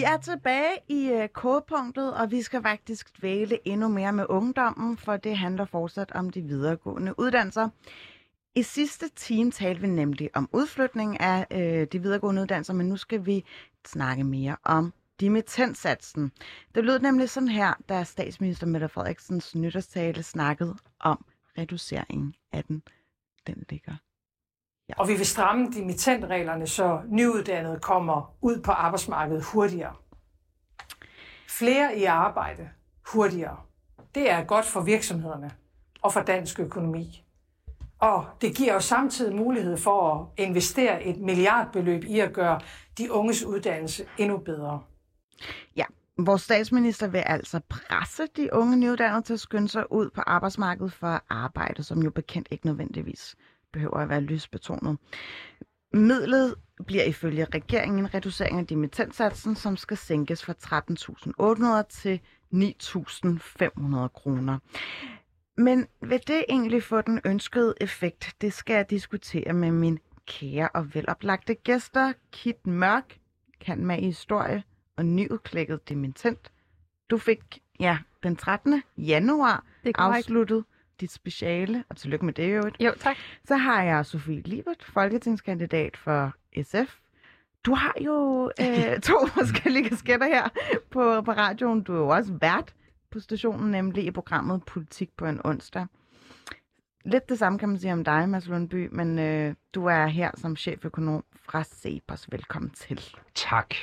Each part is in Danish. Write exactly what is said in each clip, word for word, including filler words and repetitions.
Vi er tilbage i uh, kodepunktet, og vi skal faktisk dvæle endnu mere med ungdommen, for det handler fortsat om de videregående uddannelser. I sidste time talte vi nemlig om udflytning af øh, de videregående uddannelser, men nu skal vi snakke mere om dimittendsatsen. Det lød nemlig sådan her, da statsminister Mette Frederiksens nytårstale snakkede om reduceringen af den. Den ligger. Ja. Og vi vil stramme dimittendreglerne, så nyuddannede kommer ud på arbejdsmarkedet hurtigere. Flere i arbejde hurtigere. Det er godt for virksomhederne og for dansk økonomi. Og det giver jo samtidig mulighed for at investere et milliardbeløb i at gøre de unges uddannelse endnu bedre. Ja, vores statsminister vil altså presse de unge nyuddannede til at skynde sig ud på arbejdsmarkedet for at arbejde, som jo bekendt ikke nødvendigvis behøver at være lysbetonet. Midlet bliver ifølge regeringen en reducering af dimittendsatsen, som skal sænkes fra tretten tusind otte hundrede til ni tusind fem hundrede kroner. Men vil det egentlig få den ønskede effekt? Det skal jeg diskutere med min kære og veloplagte gæster. Kit Mørk, kan med i historie og nyudklækket dimittent. Du fik ja, den trettende januar afsluttet dit speciale, og tillykke med det jo. Jo, tak. Så har jeg Sofie Lippert, folketingskandidat for S F. Du har jo øh, to forskellige kasketter her på, på radioen. Du er jo også vært på stationen, nemlig i programmet Politik på en onsdag. Lidt det samme kan man sige om dig, Mads Lundby, men øh, du er her som cheføkonom fra CEPOS. Velkommen til. Tak.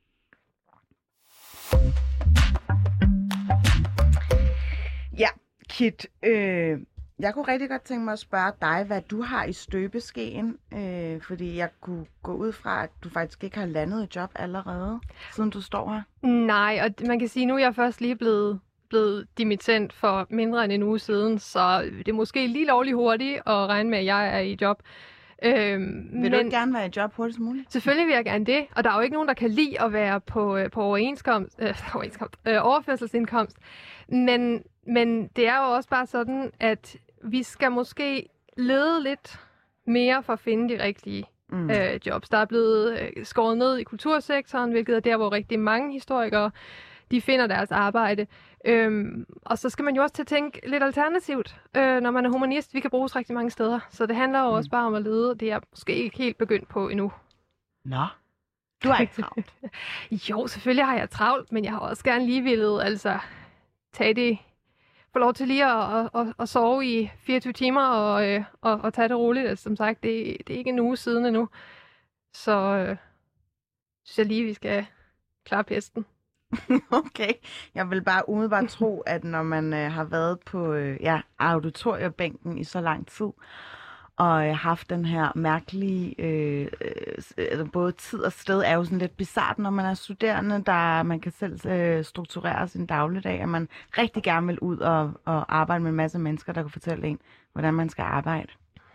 Ja, Kit, øh, jeg kunne rigtig godt tænke mig at spørge dig, hvad du har i støbeskeen, øh, fordi jeg kunne gå ud fra, at du faktisk ikke har landet et job allerede, siden du står her. Nej, og man kan sige, at nu er jeg først lige blevet, blevet dimittent for mindre end en uge siden, så det er måske lige lovligt hurtigt at regne med, at jeg er i job. Øhm, vil du men, ikke gerne være i job hurtigst muligt? Selvfølgelig vil jeg gerne det, og der er jo ikke nogen, der kan lide at være på, på overenskomst, øh, overenskomst, øh, overførselsindkomst. Men, men det er jo også bare sådan, at vi skal måske lede lidt mere for at finde de rigtige mm. øh, jobs. Der er blevet øh, skåret ned i kultursektoren, hvilket er der, hvor rigtig mange historikere de finder deres arbejde. Øhm, og så skal man jo også til at tænke lidt alternativt, øh, når man er humanist. Vi kan bruges rigtig mange steder, så det handler jo mm. også bare om at lede. Det er jeg måske ikke helt begyndt på endnu. Nå, du har ikke travlt. Jo, selvfølgelig har jeg travlt, men jeg har også gerne lige villet altså, tage det, få lov til lige at, at, at, at sove i fireogtyve timer og, øh, og, og tage det roligt. Altså, som sagt, det, det er ikke en uge siden endnu. Så øh, synes jeg lige, vi skal klare pesten. Okay. Jeg vil bare umiddelbart tro, at når man øh, har været på øh, ja, auditoriebænken i så lang tid, og øh, haft den her mærkelige, øh, øh, både tid og sted, er jo sådan lidt bizart, når man er studerende, der man kan selv øh, strukturere sin dagligdag, at man rigtig gerne vil ud og, og arbejde med en masse mennesker, der kan fortælle en, hvordan man skal arbejde.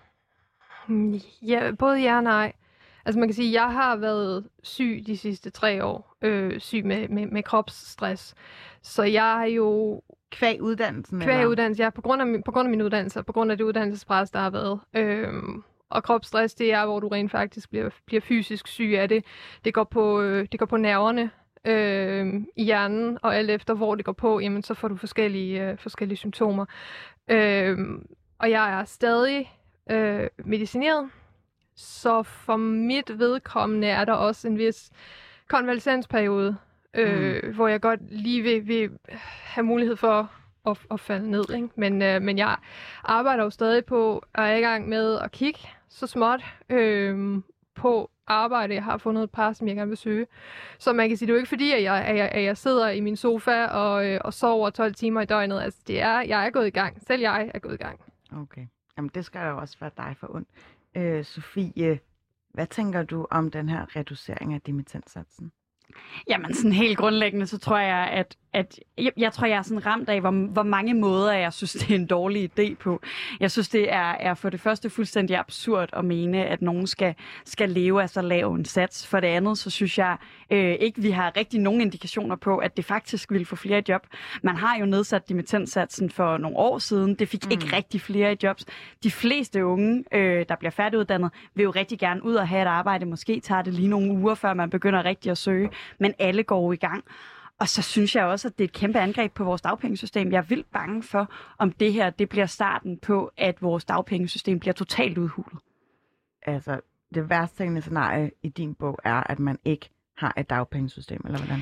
Ja, både ja og nej. Altså man kan sige, at jeg har været syg de sidste tre år, øh, syg med, med, med kropsstress. Så jeg er jo... Kvæg uddannelsen? Kvæg uddannelsen, ja. På grund, af min, på grund af min uddannelse, på grund af det uddannelsespres, der har været. Øhm, og kropsstress, det er, hvor du rent faktisk bliver, bliver fysisk syg af det. Det går på, øh, det går på nerverne øh, i hjernen, og alt efter, hvor det går på, jamen, så får du forskellige, øh, forskellige symptomer. Øh, og jeg er stadig øh, medicineret. Så for mit vedkommende er der også en vis konvalescensperiode, øh, mm. hvor jeg godt lige vil, vil have mulighed for at, at falde ned. Ikke? Men, øh, men jeg arbejder jo stadig på, og er i gang med at kigge så småt øh, på arbejde. Jeg har fundet et par, som jeg gerne vil søge. Så man kan sige, det er jo ikke fordi, at jeg, at jeg, at jeg sidder i min sofa og, øh, og sover tolv timer i døgnet. Altså, det er, jeg er gået i gang. Selv jeg er gået i gang. Okay. Jamen, det skal jo også være dig for ondt. Øh, Sofie, hvad tænker du om den her reducering af dimittendsatsen? Jamen sådan helt grundlæggende, så tror jeg, at at jeg, jeg tror, jeg er sådan ramt af, hvor, hvor mange måder, jeg synes, det er en dårlig idé på. Jeg synes, det er, er for det første fuldstændig absurd at mene, at nogen skal, skal leve af så lav en sats. For det andet, så synes jeg øh, ikke, vi har rigtig nogen indikationer på, at det faktisk vil få flere i job. Man har jo nedsat dimittendsatsen for nogle år siden. Det fik mm. ikke rigtig flere i jobs. De fleste unge, øh, der bliver færdiguddannet, vil jo rigtig gerne ud og have et arbejde. Måske tager det lige nogle uger, før man begynder rigtig at søge. Men alle går i gang. Og så synes jeg også, at det er et kæmpe angreb på vores dagpengesystem. Jeg er vildt bange for, om det her det bliver starten på, at vores dagpengesystem bliver totalt udhulet. Altså, det værste tænkende scenarie i din bog er, at man ikke har et dagpengesystem, eller hvordan?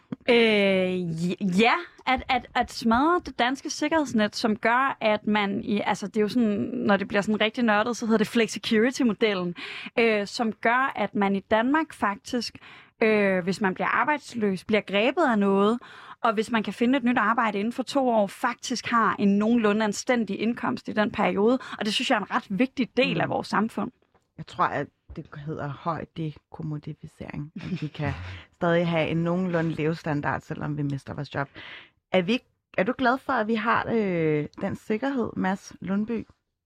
Øh, ja, at, at, at smadre det danske sikkerhedsnet, som gør, at man, i, altså det er jo sådan, når det bliver sådan rigtig nørdet, så hedder det flexicurity-modellen, øh, som gør, at man i Danmark faktisk, øh, hvis man bliver arbejdsløs, bliver grebet af noget, og hvis man kan finde et nyt arbejde inden for to år, faktisk har en nogenlunde anstændig indkomst i den periode, og det synes jeg er en ret vigtig del mm. af vores samfund. Jeg tror, at det hedder høj dekommodificering. At vi kan stadig have en nogenlunde levestandard, selvom vi mister vores job. Er, vi, er du glad for, at vi har øh, den sikkerhed, Mads Lundby?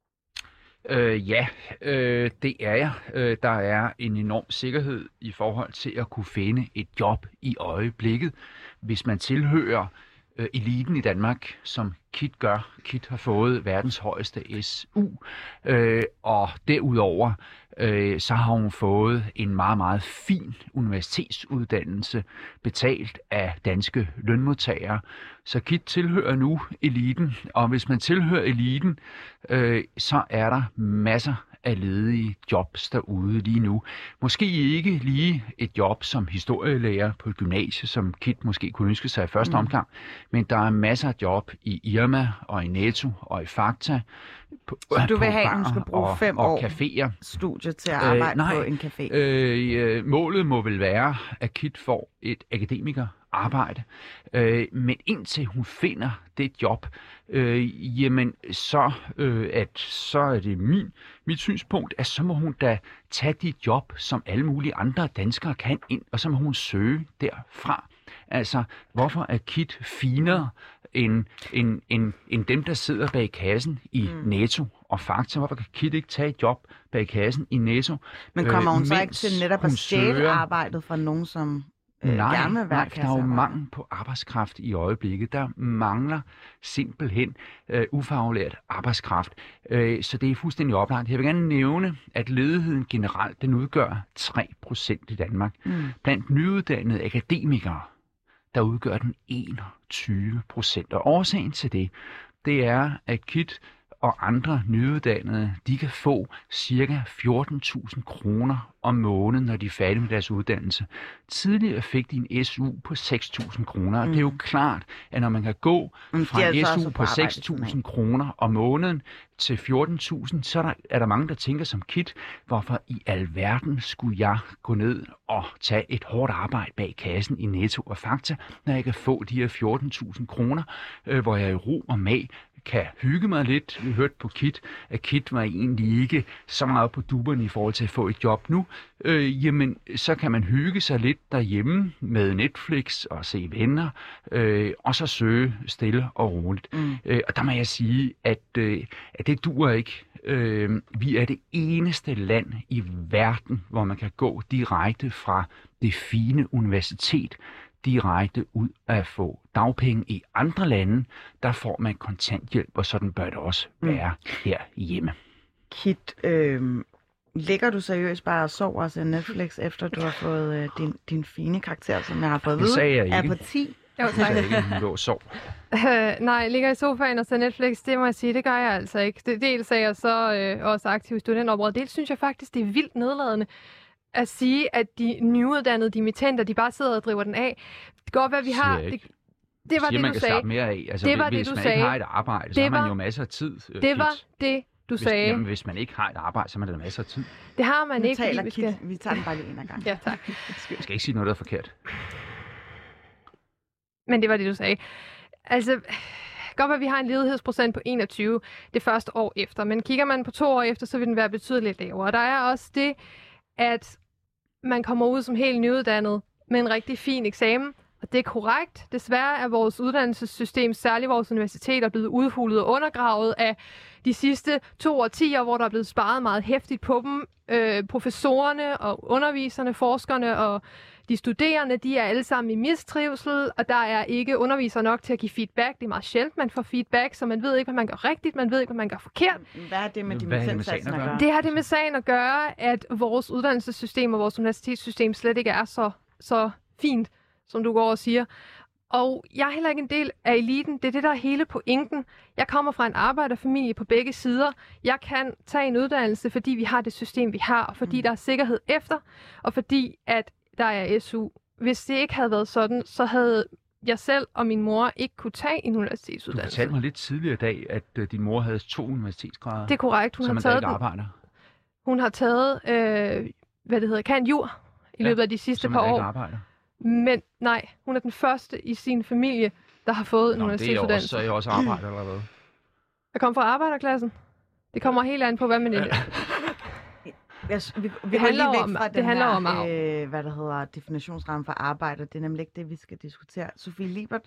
Øh, ja, øh, det er jeg. Øh, der er en enorm sikkerhed i forhold til at kunne finde et job i øjeblikket. Hvis man tilhører øh, eliten i Danmark, som Kit gør. Kit har fået verdens højeste S U, øh, og derudover øh, så har hun fået en meget, meget fin universitetsuddannelse betalt af danske lønmodtagere. Så Kit tilhører nu eliten, og hvis man tilhører eliten, øh, så er der masser af ledige jobs derude lige nu. Måske ikke lige et job som historielærer på et gymnasie, som Kit måske kunne ønske sig i første mm. omgang, men der er masser af job i Irma og i Netto og i Fakta. På, så du vil have, at hun skal bruge og, fem og år caféer. Studie til at arbejde øh, nej, på en café? Øh, målet må vel være, at Kit får et akademiker arbejde. Øh, men indtil hun finder det job, øh, jamen så, øh, at, så er det min, mit synspunkt, at så må hun da tage de job, som alle mulige andre danskere kan ind, og så må hun søge derfra. Altså, hvorfor er Kit finere end, end, end, end dem, der sidder bag kassen i mm. Netto og Fakta? Hvorfor kan Kit ikke tage et job bag kassen i Netto? Men kommer hun øh, så ikke til netop at stjæle søger... arbejdet fra nogen, som øh, nej, gerne vil være nej, der er jo mangel på arbejdskraft i øjeblikket. Der mangler simpelthen øh, ufaglært arbejdskraft. Øh, så det er fuldstændig oplagt. Jeg vil gerne nævne, at ledigheden generelt, den udgør tre procent i Danmark. Mm. Blandt nyuddannede akademikere, der udgør den enogtyve procent. Og årsagen til det, det er, at Kit og andre nyuddannede, de kan få ca. fjorten tusind kroner om måneden, når de er færdige med deres uddannelse. Tidligere fik de en S U på seks tusind kroner, og mm. det er jo klart, at når man kan gå fra en S U på seks tusind kroner om måneden til fjorten tusind, så er der, er der mange, der tænker som Kit, hvorfor i alverden skulle jeg gå ned og tage et hårdt arbejde bag kassen i Netto og Fakta, når jeg kan få de her fjorten tusind kroner, øh, hvor jeg i ro og mag kan hygge mig lidt. Vi hørte på Kit, at Kit var egentlig ikke så meget på dupperne i forhold til at få et job nu. Øh, jamen, så kan man hygge sig lidt derhjemme med Netflix og se venner, øh, og så søge stille og roligt. Mm. Øh, og der må jeg sige, at, øh, at det duer ikke. Øh, vi er det eneste land i verden, hvor man kan gå direkte fra det fine universitet direkte ud at få dagpenge. I andre lande, der får man kontanthjælp, og sådan bør det også være mm. her hjemme. Kit, øh, ligger du seriøst bare og sover og ser Netflix, efter du har fået øh, din, din fine karakter, som jeg har fået at vide? Det sagde jeg ikke. Er på ti? Jo, det sagde jeg ikke, hun lå og sov. Uh, nej, ligger i sofaen og ser Netflix, det må jeg sige, det gør jeg altså ikke. Det, dels er jeg så øh, også aktiv i studentområdet. Dels synes jeg faktisk, det er vildt nedladende at sige, at de nyuddannede dimittenter, de bare sidder og driver den af. Det går godt være, vi har... Det, det var siger, det, man du kan sagde. Mere af. Altså, det var hvis det, du man sagde. ikke har et arbejde, det så har man var, jo masser af tid. Det Kit. var det, du hvis, sagde. Jamen, hvis man ikke har et arbejde, så har man da masser af tid. Det har man nu ikke. Taler vi, Kit. skal... vi tager den bare lige en af gangen. Ja, tak. Jeg skal ikke sige noget, der er forkert. Men det var det, du sagde. Altså... Godt være, at vi har en ledighedsprocent på enogtyve det første år efter, men kigger man på to år efter, så vil den være betydeligt lavere. Der er også det, at man kommer ud som helt nyuddannet med en rigtig fin eksamen, Og det er korrekt. Desværre er vores uddannelsessystem, særligt vores universiteter, blevet udhulet og undergravet af de sidste to årtier, hvor der er blevet sparet meget hæftigt på dem. Øh, professorerne og underviserne, forskerne og de studerende, de er alle sammen i mistrivsel, og der er ikke undervisere nok til at give feedback. Det er meget sjældent, man får feedback, så man ved ikke, hvad man gør rigtigt, man ved ikke, hvad man gør forkert. Hvad er det med Hvad er det med sagen dimittendsatsen at at gøre? gøre? Det har det med sagen at gøre, at vores uddannelsessystem og vores universitetssystem slet ikke er så, så fint, som du går og siger. Og jeg er heller ikke en del af eliten. Det er det, der er hele pointen. Jeg kommer fra en arbejderfamilie på begge sider. Jeg kan tage en uddannelse, fordi vi har det system, vi har, og fordi mm. der er sikkerhed efter, og fordi at der er S U. Hvis det ikke havde været sådan, så havde jeg selv og min mor ikke kunne tage en universitetsuddannelse. Du fortalte mig lidt tidligere i dag, at uh, din mor havde to universitetsgrader, Det er korrekt. Hun som har man taget ikke den. arbejder. Hun har taget, øh, hvad det hedder, cand. jur i Ja, løbet af de sidste som par man ikke år. arbejder. Men nej, hun er den første i sin familie, der har fået en Nå, det er også, universitetsuddannelse. så er jeg også arbejder eller hvad? Jeg kommer fra arbejderklassen. Det kommer helt an på, hvad man... Yes, vi, vi Det går handler lige væk om- fra det den handler her, om arv. øh, hvad der hedder definitionsramme for arbejde. Det er nemlig ikke det, vi skal diskutere. Sofie Liebert?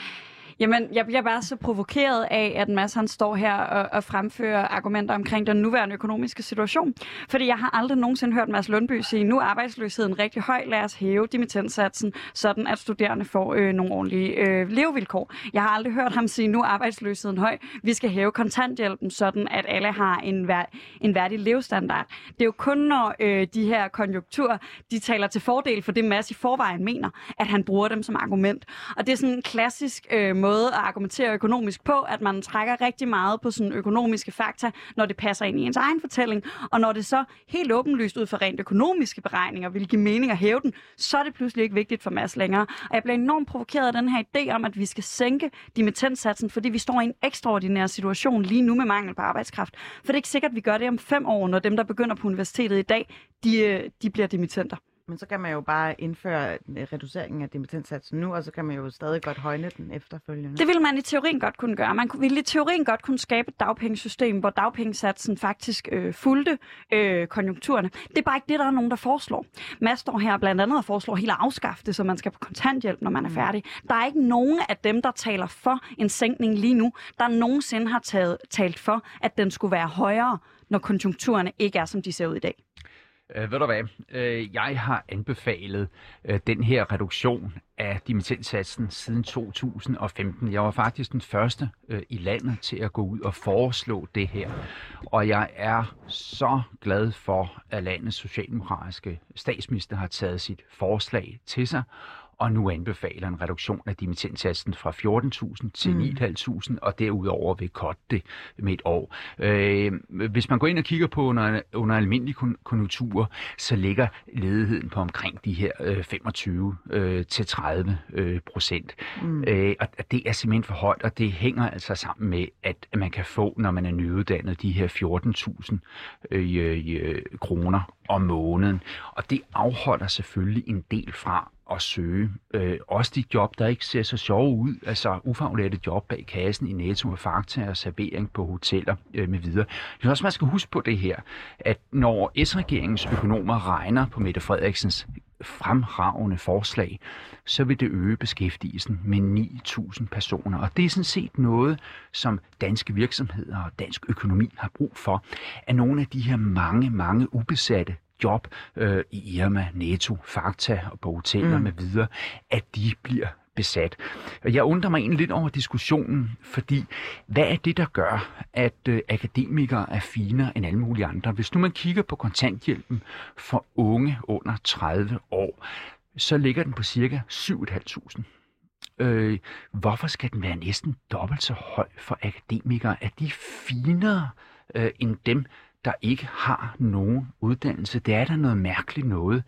Jamen, jeg bliver bare så provokeret af, at Mads han står her og, og fremfører argumenter omkring den nuværende økonomiske situation. Fordi jeg har aldrig nogensinde hørt Mads Lundby sige, nu er arbejdsløsheden rigtig høj, lad os hæve dimittendsatsen, sådan at studerende får øh, nogle ordentlige øh, levevilkår. Jeg har aldrig hørt ham sige, nu er arbejdsløsheden høj, vi skal hæve kontanthjælpen, sådan at alle har en, vær, en værdig levestandard. Det er jo kun, når øh, de her konjunkturer, de taler til fordel for det, Mads i forvejen mener, at han bruger dem som argument. Og det er sådan en klassisk øh, måde at argumentere økonomisk på, at man trækker rigtig meget på sådan økonomiske fakta, når det passer ind i ens egen fortælling, og når det så helt åbenlyst ud fra rent økonomiske beregninger vil give mening at hæve den, så er det pludselig ikke vigtigt for Mads længere. Og jeg bliver enormt provokeret af den her idé om, at vi skal sænke dimittendsatsen, fordi vi står i en ekstraordinær situation lige nu med mangel på arbejdskraft. For det er ikke sikkert, at vi gør det om fem år, når dem, der begynder på universitetet i dag, de, de bliver dimittenter. Men så kan man jo bare indføre reduceringen af dimittendsatsen nu, og så kan man jo stadig godt højne den efterfølgende. Det ville man i teorien godt kunne gøre. Man ville i teorien godt kunne skabe et dagpengesystem, hvor dagpengesatsen faktisk øh, fulgte øh, konjunkturerne. Det er bare ikke det, der er nogen, der foreslår. Mads står her blandt andet og foreslår helt at afskaffe det, så man skal på kontanthjælp, når man er færdig. Der er ikke nogen af dem, der taler for en sænkning lige nu, der nogensinde har taget, talt for, at den skulle være højere, når konjunkturerne ikke er, som de ser ud i dag. Øh, ved du hvad? Øh, jeg har anbefalet øh, den her reduktion af dimittendsatsen siden to tusind og femten. Jeg var faktisk den første øh, i landet til at gå ud og foreslå det her. Og jeg er så glad for, at landets socialdemokratiske statsminister har taget sit forslag til sig, og nu anbefaler en reduktion af dimittendsatsen fra fjorten tusind til ni tusind fem hundrede, og derudover vil cutte det med et år. Øh, hvis man går ind og kigger på under, under almindelige konjunkturer, så ligger ledigheden på omkring de her øh, femogtyve til tredive procent. Mm. Øh, og det er simpelthen for højt, og det hænger altså sammen med, at man kan få, når man er nyuddannet, de her fjorten tusind øh, øh, kroner om måneden. Og det afholder selvfølgelig en del fra at søge. Øh, også de job, der ikke ser så sjove ud, altså ufaglærte job bag kassen i Netto og Fakta og servering på hoteller øh, med videre. Det er også, man skal huske på det her, at når S-regeringens økonomer regner på Mette Frederiksens fremragende forslag, så vil det øge beskæftigelsen med ni tusind personer. Og det er sådan set noget, som danske virksomheder og dansk økonomi har brug for, at nogle af de her mange, mange ubesatte job øh, i Irma, Netto, Fakta og på hoteller mm. med videre, at de bliver besat. Og jeg undrer mig egentlig lidt over diskussionen, fordi hvad er det, der gør, at øh, akademikere er finere end alle mulige andre? Hvis nu man kigger på kontanthjælpen for unge under tredive år, så ligger den på cirka syv tusind fem hundrede. Øh, hvorfor skal den være næsten dobbelt så høj for akademikere? Er de finere øh, end dem, der ikke har nogen uddannelse? Det er da noget mærkeligt noget.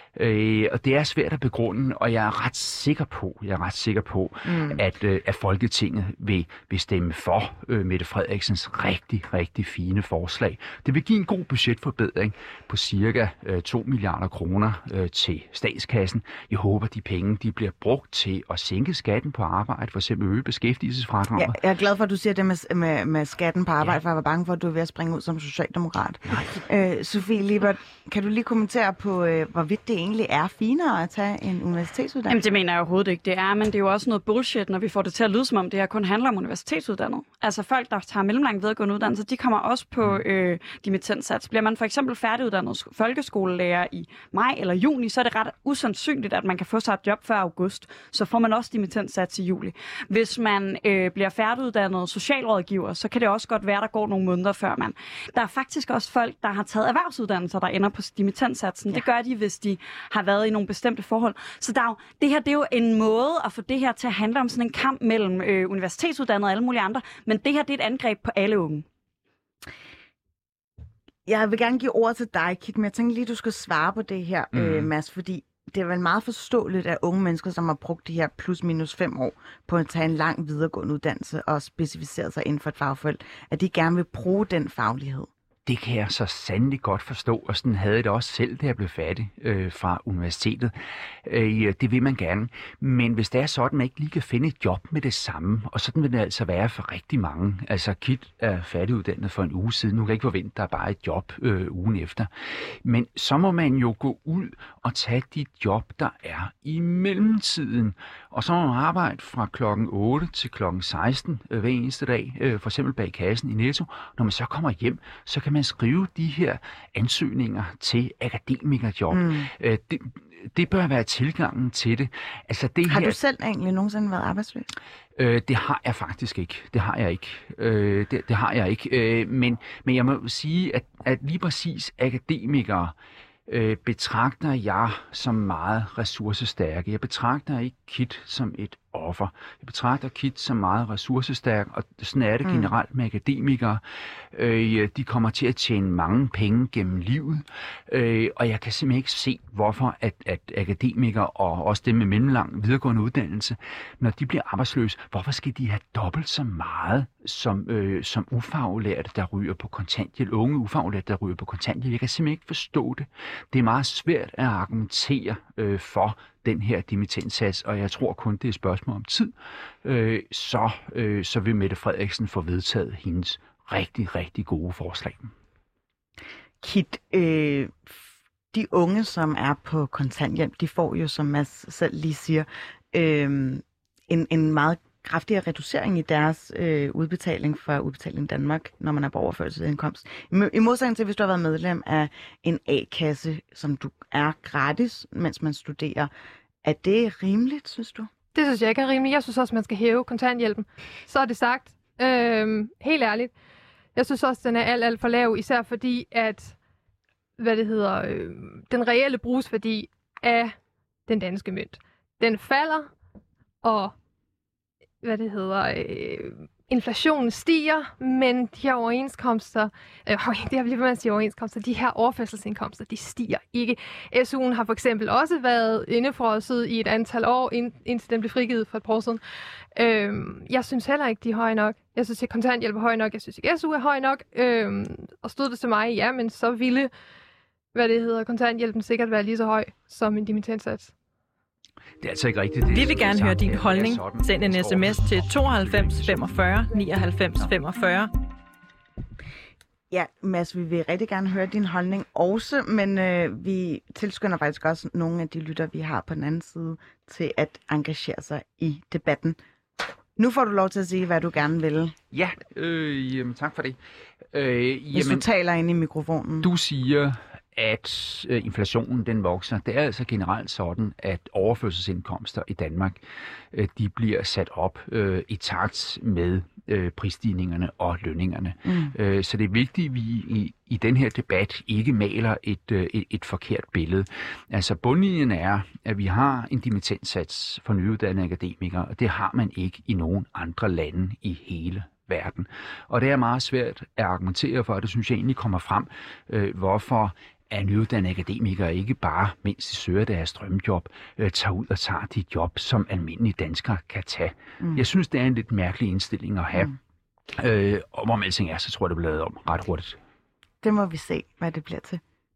Øh, og det er svært at begrunde, og jeg er ret sikker på, jeg er ret sikker på, mm. at, øh, at Folketinget vil, vil stemme for øh, Mette Frederiksens rigtig, rigtig fine forslag. Det vil give en god budgetforbedring på cirka øh, to milliarder kroner øh, til statskassen. Jeg håber, de penge de bliver brugt til at sænke skatten på arbejde, for eksempel øge beskæftigelsesfradraget. Ja, jeg er glad for, at du siger det med, med, med skatten på arbejde, ja. For jeg var bange for, at du er ved at springe ud som socialdemokrat. Øh, Sofie Liebert, kan du lige kommentere på, øh, hvorvidt det egentlig er finere at tage en universitetsuddannelse? Jamen, det mener jeg overhovedet ikke, det er, men det er jo også noget bullshit, når vi får det til at lyde som om, det her kun handler om universitetsuddannede. Altså folk, der tager mellemlang videregående uddannelse, de kommer også på øh, dimittendsats. Bliver man for eksempel færdiguddannet folkeskolelærer i maj eller juni, så er det ret usandsynligt, at man kan få sig et job før august. Så får man også dimittendsats i juli. Hvis man øh, bliver færdiguddannet socialrådgiver, så kan det også godt være, der går nogle måneder før man. Der er faktisk også folk, der har taget erhvervsuddannelser, der ender på dimittendsatsen. Ja. Det gør de, hvis de har været i nogle bestemte forhold. Så der er jo, det her det er jo en måde at få det her til at handle om sådan en kamp mellem øh, universitetsuddannede og alle mulige andre. Men det her det er et angreb på alle unge. Jeg vil gerne give ord til dig, Kit, men jeg tænker lige, du skal svare på det her, mm. øh, Mads, fordi det er vel meget forståeligt, at unge mennesker, som har brugt de her plus minus fem år på at tage en lang videregående uddannelse og specificere sig inden for et fagfelt, at de gerne vil bruge den faglighed. Det kan jeg så sandelig godt forstå, og sådan havde jeg det også selv, da jeg blev færdig øh, fra universitetet. Øh, det vil man gerne. Men hvis det er sådan, at man ikke lige kan finde et job med det samme, og sådan vil det altså være for rigtig mange. Altså Kit er færdiguddannet for en uge siden. Nu kan jeg ikke forvente, at der er bare et job øh, ugen efter. Men så må man jo gå ud og tage de job, der er i mellemtiden. Og så må man arbejde fra klokken otte til klokken seksten øh, hver eneste dag, øh, for eksempel bag kassen i Netto. Når man så kommer hjem, så kan man skrive de her ansøgninger til akademikerjob. Mm. Øh, det, det bør være tilgangen til det. Altså, det har her... du selv egentlig nogensinde været arbejdsløs? Øh, det har jeg faktisk ikke. Det har jeg ikke. Øh, det, det har jeg ikke. Øh, men, men jeg må sige, at, at lige præcis akademikere øh, betragter jeg som meget ressourcestærke. Jeg betragter ikke Kit som et offer. Jeg betragter Kit som meget ressourcestærk, og sådan er det generelt med akademikere. Øh, de kommer til at tjene mange penge gennem livet, øh, og jeg kan simpelthen ikke se, hvorfor at, at akademikere og også dem med mellemlang videregående uddannelse, når de bliver arbejdsløse, hvorfor skal de have dobbelt så meget som, øh, som ufaglærte, der ryger på kontanthjælp, unge ufaglærte, der ryger på kontanthjælp. Jeg kan simpelthen ikke forstå det. Det er meget svært at argumentere øh, for den her dimittendsats, og jeg tror kun, det er et spørgsmål om tid, øh, så, øh, så vil Mette Frederiksen få vedtaget hendes rigtig, rigtig gode forslag. Kit, øh, de unge, som er på kontanthjælp, de får jo, som Mads selv lige siger, øh, en, en meget kraftigere reducering i deres øh, udbetaling fra Udbetaling Danmark, når man er på overførselsindkomst. I, I modsætning til, hvis du har været medlem af en A-kasse, som du er gratis, mens man studerer. Er det rimeligt, synes du? Det synes jeg ikke er rimeligt. Jeg synes også, man skal hæve kontanthjælpen. Så er det sagt. Øhm, helt ærligt. Jeg synes også, den er alt, alt for lav, især fordi, at hvad det hedder, øh, den reelle brugsværdi af den danske mønt, den falder, og hvad det hedder, øh, inflationen stiger, men de her overenskomster, øh, det har vi lige sige overenskomster, de her overførselsindkomster, de stiger ikke. S U'en har for eksempel også været indefrosset i et antal år, ind, indtil den blev frigivet for et par år siden. Øh, jeg synes heller ikke, de er høje nok. Jeg synes ikke, kontanthjælp er høj nok. Jeg synes ikke, S U er høj nok. Øh, og stod det til mig, ja, men så ville, hvad det hedder, kontanthjælpen sikkert være lige så høj som en dimittendsats. Det er altså ikke rigtigt. Det vi vil gerne høre din holdning. Send en sms til tooghalvfems femogfyrre nioghalvfems femogfyrre. Ja, Mads, vi vil rigtig gerne høre din holdning også, men øh, vi tilskynder faktisk også nogle af de lytter, vi har på den anden side, til at engagere sig i debatten. Nu får du lov til at sige, hvad du gerne vil. Ja, øh, jamen, tak for det. Øh, Hvis jamen, du taler ind i mikrofonen. Du siger, at øh, inflationen den vokser. Det er altså generelt sådan, at overførselsindkomster i Danmark, øh, de bliver sat op øh, i takt med øh, prisstigningerne og lønningerne. Mm. Øh, så det er vigtigt, at vi i, i den her debat ikke maler et, øh, et, et forkert billede. Altså bundlinjen er, at vi har en dimittendsats for nyuddannede akademikere, og det har man ikke i nogen andre lande i hele verden. Og det er meget svært at argumentere for, og det synes jeg egentlig kommer frem, øh, hvorfor er nyuddannede akademikere ikke bare, mens de søger deres drømmejob, øh, tager ud og tager de job, som almindelige danskere kan tage. Mm. Jeg synes, det er en lidt mærkelig indstilling at have. Mm. Øh, og hvor alting er, så tror jeg, det bliver lavet om ret hurtigt. Det må vi se, hvad det bliver til.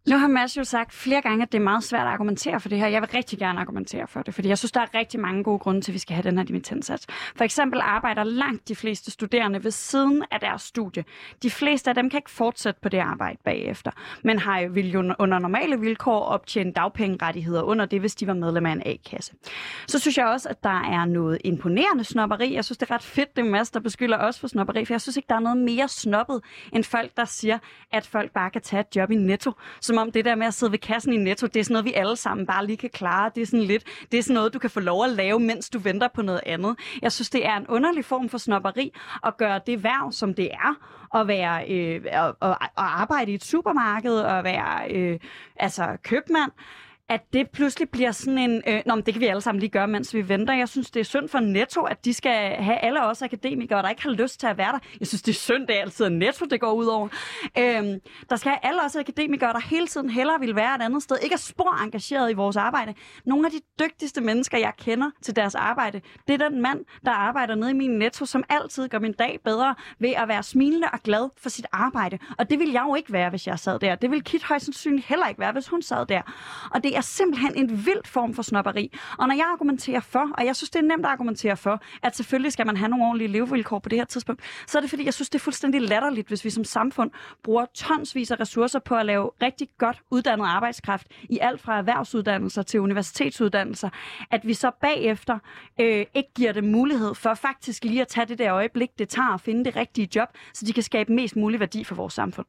Nu har Mads jo sagt flere gange, at det er meget svært at argumentere for det her. Jeg vil rigtig gerne argumentere for det, fordi jeg synes, der er rigtig mange gode grunde til, at vi skal have den her dimittendsats. For eksempel arbejder langt de fleste studerende ved siden af deres studie. De fleste af dem kan ikke fortsætte på det arbejde bagefter, men har jo, vil jo under normale vilkår optjene dagpengerettigheder under det, hvis de var medlem af en A-kasse. Så synes jeg også, at der er noget imponerende snobberi. Jeg synes, det er ret fedt, det Mads, der beskylder os for snobberi, for jeg synes ikke, der er noget mere snobbet end folk, der siger, at folk bare kan tage et job i Netto. Som om det der med at sidde ved kassen i Netto, det er sådan noget, vi alle sammen bare lige kan klare. Det er sådan lidt, det er sådan noget, du kan få lov at lave, mens du venter på noget andet. Jeg synes, det er en underlig form for snobberi at gøre det værv, som det er, at være øh, at, at arbejde i et supermarked og være øh, altså købmand. At det pludselig bliver sådan en, øh, nå, men det kan vi alle sammen lige gøre, mens vi venter. Jeg synes, det er synd for Netto, at de skal have alle os akademikere, der ikke har lyst til at være der. Jeg synes, det er synd, det er altid Netto, det går ud over. Øhm, der skal have alle os akademikere, der hele tiden hellere vil være et andet sted. Ikke er spor engageret i vores arbejde. Nogle af de dygtigste mennesker, jeg kender til deres arbejde, det er den mand, der arbejder nede i min Netto, som altid gør min dag bedre ved at være smilende og glad for sit arbejde. Og det vil jeg jo ikke være, hvis jeg sad der. Det vil Kit højst sandsynligt heller ikke være, hvis hun sad der. Og det er simpelthen en vild form for snobberi. Og når jeg argumenterer for, og jeg synes, det er nemt at argumentere for, at selvfølgelig skal man have nogle ordentlige levevilkår på det her tidspunkt, så er det fordi, jeg synes, det er fuldstændig latterligt, hvis vi som samfund bruger tonsvis af ressourcer på at lave rigtig godt uddannet arbejdskraft i alt fra erhvervsuddannelser til universitetsuddannelser, at vi så bagefter øh, ikke giver dem mulighed for faktisk lige at tage det der øjeblik, det tager at finde det rigtige job, så de kan skabe mest mulig værdi for vores samfund.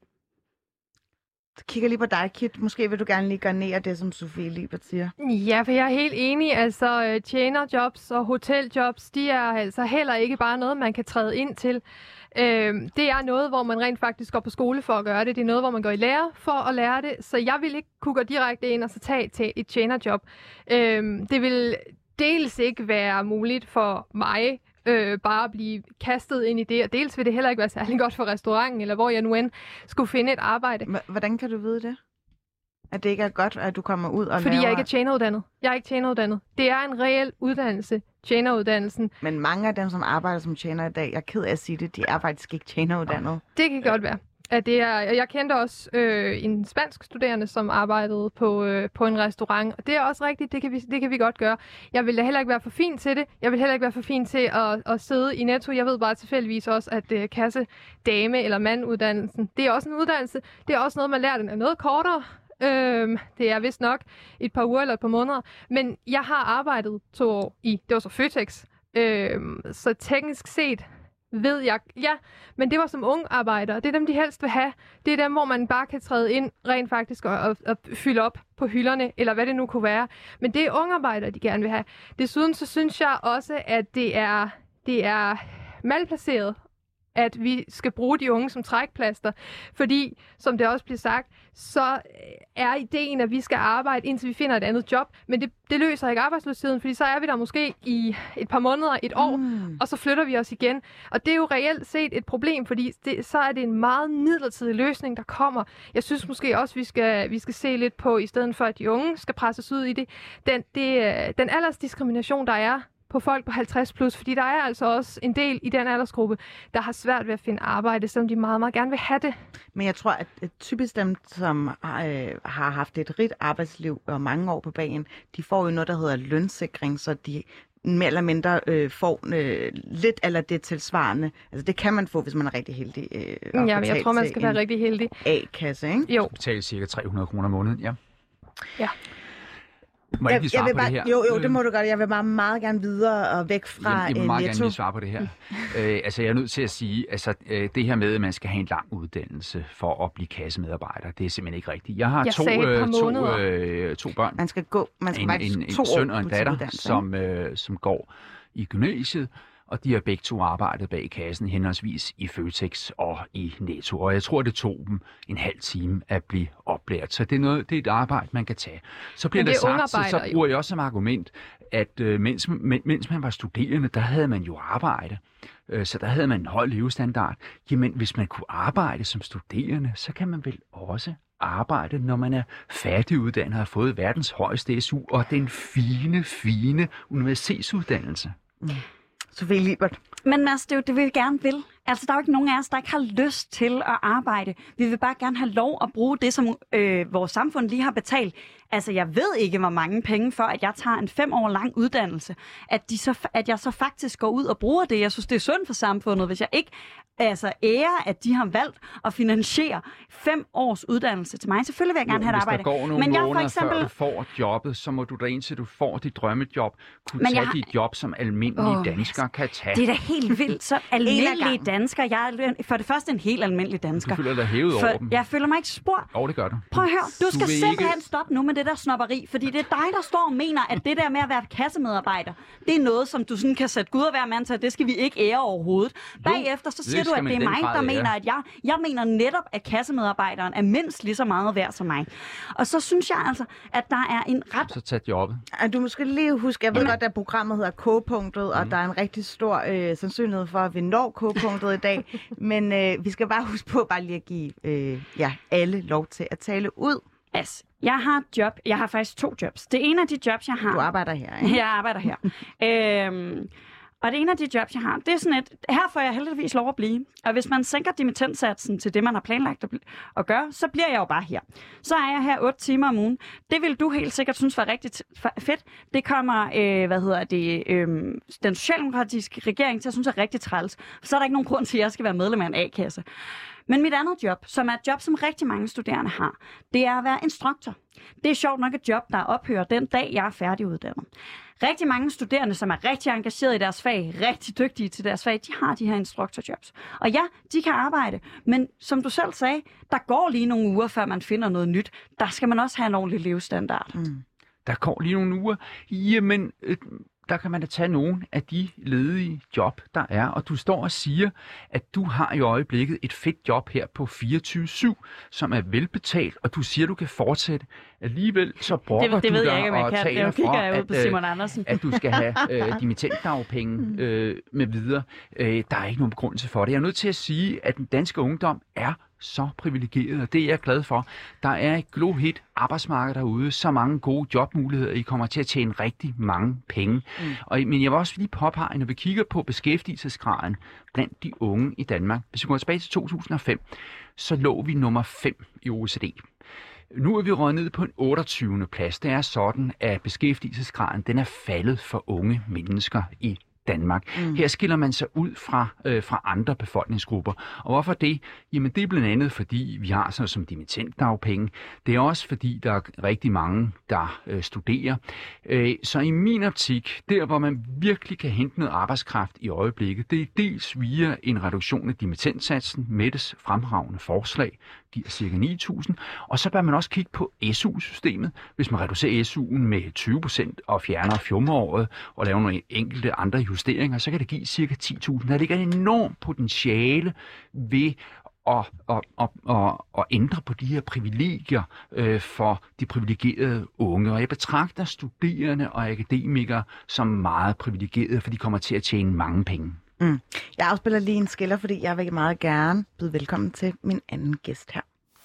Jeg kigger lige på dig, Kit. Måske vil du gerne lige garnere det, som Sofie Lippert siger. Ja, for jeg er helt enig. Altså, tjenerjobs og hoteljobs, de er altså heller ikke bare noget, man kan træde ind til. Øh, det er noget, hvor man rent faktisk går på skole for at gøre det. Det er noget, hvor man går i lære for at lære det. Så jeg vil ikke kunne gå direkte ind og så tage til et tjenerjob. Øh, det vil dels ikke være muligt for mig Øh, bare at blive kastet ind i det, og dels vil det heller ikke være særlig godt for restauranten, eller hvor jeg nu end skulle finde et arbejde. Hvordan kan du vide det? At det ikke er godt, at du kommer ud og Fordi laver... jeg ikke er tjeneruddannet. Jeg er ikke tjeneruddannet. Det er en reel uddannelse, tjeneruddannelsen. Men mange af dem, som arbejder som tjener i dag, jeg er ked af at sige det, de er faktisk ikke tjeneruddannet. Det kan godt være. At det er, jeg kendte også øh, en spansk studerende, som arbejdede på, øh, på en restaurant, og det er også rigtigt, det kan, vi, det kan vi godt gøre. Jeg vil heller ikke være for fin til det. Jeg vil heller ikke være for fin til at, at sidde i Netto. Jeg ved bare tilfældigvis også, at øh, kasse, dame eller manduddannelsen, det er også en uddannelse. Det er også noget, man lærer, den er noget kortere. Øh, det er vist nok et par uger eller et par måneder. Men jeg har arbejdet to år i, det var så Føtex. Øh, så teknisk set ved jeg, ja, men det var som unge arbejdere. Det er dem, de helst vil have. Det er dem, hvor man bare kan træde ind rent faktisk og, og, og fylde op på hylderne, eller hvad det nu kunne være. Men det er unge arbejdere, de gerne vil have. Desuden så synes jeg også, at det er, det er malplaceret, at vi skal bruge de unge som trækplaster. Fordi, som det også bliver sagt, så er ideen, at vi skal arbejde, indtil vi finder et andet job. Men det, det løser ikke arbejdsløsheden, fordi så er vi der måske i et par måneder, et år, mm. og så flytter vi os igen. Og det er jo reelt set et problem, fordi det, så er det en meget midlertidig løsning, der kommer. Jeg synes måske også, vi skal, vi skal se lidt på, i stedet for at de unge skal presses ud i det, den, det, den aldersdiskrimination, der er på folk på halvtreds plus, fordi der er altså også en del i den aldersgruppe, der har svært ved at finde arbejde, selvom de meget, meget gerne vil have det. Men jeg tror, at typisk dem, som øh, har haft et rigt arbejdsliv og mange år på bagen, de får jo noget, der hedder lønsikring, så de mere eller mindre øh, får øh, lidt eller det tilsvarende. Altså det kan man få, hvis man er rigtig heldig. Øh, ja, men jeg tror, man skal være rigtig heldig. A-kasse, ikke? Jo. Betale cirka tre hundrede kroner om måneden, ja. Ja. Må jeg ikke lige svare jeg på bare, det her? Jo, jo, det må du godt. Jeg vil bare meget gerne videre og væk fra Netto. Jeg vil meget gerne lige svare på det her. øh, altså, jeg er nødt til at sige, altså, øh, det her med, at man skal have en lang uddannelse for at blive kassemedarbejder, det er simpelthen ikke rigtigt. Jeg har jeg to, øh, to, øh, to børn. Man skal gå, man skal en, faktisk en, en to søn og en datter, uddannelse, som, øh, som går i gymnasiet. Og de har begge to arbejdet bag kassen, henholdsvis i Føtex og i Netto. Og jeg tror, det tog dem en halv time at blive oplært. Så det er, noget, det er et arbejde, man kan tage. Så bliver det, det sagt, så, så bruger jeg også som argument, at øh, mens, mens man var studerende, der havde man jo arbejde. Øh, så der havde man en høj levestandard. Jamen, hvis man kunne arbejde som studerende, så kan man vel også arbejde, når man er færdiguddannet og har fået verdens højeste S U og den fine, fine universitetsuddannelse. Mm. Sofie Lippert. Men Mads, det er jo det, vi gerne vil. Altså, der er jo ikke nogen af os, der ikke har lyst til at arbejde. Vi vil bare gerne have lov at bruge det, som øh, vores samfund lige har betalt. Altså, jeg ved ikke, hvor mange penge for, at jeg tager en fem år lang uddannelse. At, de så, at jeg så faktisk går ud og bruger det. Jeg synes, det er synd for samfundet, hvis jeg ikke altså ære, at de har valgt at finansiere fem års uddannelse til mig. Selvfølgelig vil jeg gerne jo, have et arbejde. Hvis der går nogle men jeg måneder, for eksempel... før du får jobbet, så må du da indtil du får dit drømmejob, kunne tage har... dit job, som almindelige oh, danskere kan tage. Det er da helt vildt. Så almindelige danskere. Jeg er for det første en helt almindelig dansker. Du føler dig hævet for... over dem. Jeg føler mig ikke spor. Jo, det gør du. Prøv at høre. Du, du skal simpelthen ikke... stoppe nu med det der snobberi, fordi det er dig, der står og mener, at det der med at være kassemedarbejder, det er noget, som du sådan kan sætte Gud og være mand til, det skal vi ikke ære overhovedet. Bagefter så siger du, at det er mig, der mener, at jeg, jeg mener netop, at kassemedarbejderen er mindst lige så meget værd som mig. Og så synes jeg altså, at der er en ret... Så tag jobbet. Du måske lige huske, jeg ved godt, at programmet hedder K-punktet, mm. og der er en rigtig stor øh, sandsynlighed for, at vi når K-punktet i dag. Men øh, vi skal bare huske på bare lige at give øh, ja, alle lov til at tale ud. Altså, jeg har job. Jeg har faktisk to jobs. Det ene af de jobs, jeg har... Du arbejder her, ikke? Jeg arbejder her. øhm, og det ene af de jobs, jeg har, det er sådan et... Her får jeg heldigvis lov at blive. Og hvis man sænker dimittenssatsen til det, man har planlagt at, at gøre, så bliver jeg jo bare her. Så er jeg her otte timer om ugen. Det vil du helt sikkert synes var rigtig fedt. Det kommer, øh, hvad hedder det, øh, den socialdemokratiske regering til at synes er rigtig træls. Så er der ikke nogen grund til, at jeg skal være medlem af en A-kasse. Men mit andet job, som er et job, som rigtig mange studerende har, det er at være instruktor. Det er sjovt nok et job, der ophører den dag, jeg er færdiguddannet. Rigtig mange studerende, som er rigtig engageret i deres fag, rigtig dygtige til deres fag, de har de her instruktorjobs. Og ja, de kan arbejde, men som du selv sagde, der går lige nogle uger, før man finder noget nyt. Der skal man også have en ordentlig levestandard. Mm. Der går lige nogle uger. Jamen... Øh... Der kan man da tage nogle af de ledige job, der er. Og du står og siger, at du har i øjeblikket et fedt job her på fireogtyve syv, som er velbetalt, og du siger, du kan fortsætte. Alligevel så brokker det, det du dig ikke, og kan. taler for, at, at du skal have øh, dimittentdagpenge øh, med videre. Øh, der er ikke nogen begrundelse for det. Jeg er nødt til at sige, at den danske ungdom er så privilegeret, og det er jeg glad for. Der er et glohit arbejdsmarked derude, så mange gode jobmuligheder, I kommer til at tjene rigtig mange penge. Mm. Og, men jeg vil også lige påpege, når vi kigger på beskæftigelsesgraden blandt de unge i Danmark, hvis vi går tilbage til to tusind og fem, så lå vi nummer fem i O E C D. Nu er vi røget ned på en otteogtyvende plads. Det er sådan, at beskæftigelsesgraden den er faldet for unge mennesker i Danmark. Mm. Her skiller man sig ud fra, øh, fra andre befolkningsgrupper. Og hvorfor det? Jamen det er blandt andet, fordi vi har sådan som dimittentdagpenge. Det er også fordi, der er rigtig mange, der øh, studerer. Øh, så i min optik, der hvor man virkelig kan hente noget arbejdskraft i øjeblikket, det er dels via en reduktion af dimittentsatsen, Mettes fremragende forslag, giver cirka ni tusind. Og så bør man også kigge på S U-systemet. Hvis man reducerer S U'en med tyve procent og fjerner fjumreåret og laver nogle enkelte andre justeringer, så kan det give cirka ti tusind. Der ligger et enormt potentiale ved at, at, at, at, at ændre på de her privilegier øh, for de privilegerede unge. Og jeg betragter studerende og akademikere som meget privilegerede, for de kommer til at tjene mange penge. Mm. Jeg afspiller lige en skiller, fordi jeg vil meget gerne byde velkommen til min anden gæst her.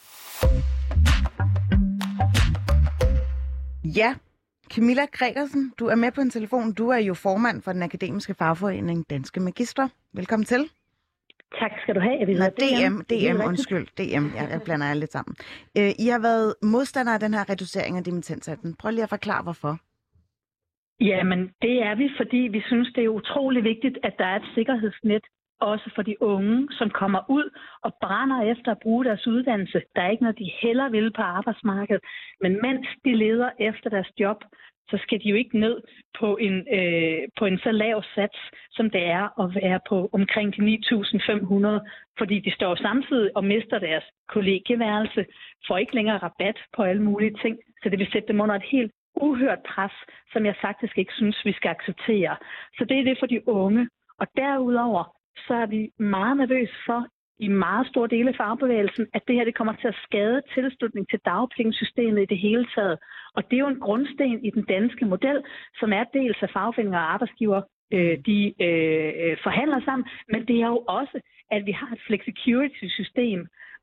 Ja, Camilla Gregersen, du er med på en telefon. Du er jo formand for den akademiske fagforening Danske Magister. Velkommen til. Tak skal du have. Jeg vil Nå, D M, D M, undskyld. D M, jeg, jeg blander jer lidt sammen. Øh, I har været modstandere af den her reducering af dimittendsatsen. Prøv lige at forklare, hvorfor. Jamen, det er vi, fordi vi synes, det er utrolig vigtigt, at der er et sikkerhedsnet, også for de unge, som kommer ud og brænder efter at bruge deres uddannelse. Der er ikke noget, de heller vil på arbejdsmarkedet. Men mens de leder efter deres job, så skal de jo ikke ned på en, øh, på en så lav sats, som det er at være på omkring de ni tusind fem hundrede, fordi de står samtidig og mister deres kollegieværelse, får ikke længere rabat på alle mulige ting, så det vil sætte dem under et helt uhørt pres, som jeg faktisk ikke synes, vi skal acceptere. Så det er det for de unge. Og derudover, så er vi meget nervøse for, i meget store dele af fagbevægelsen, at det her det kommer til at skade tilslutning til dagpengesystemet i det hele taget. Og det er jo en grundsten i den danske model, som er dels af fagforeninger og arbejdsgiver, øh, de øh, forhandler sammen, men det er jo også, at vi har et flexicurity-system,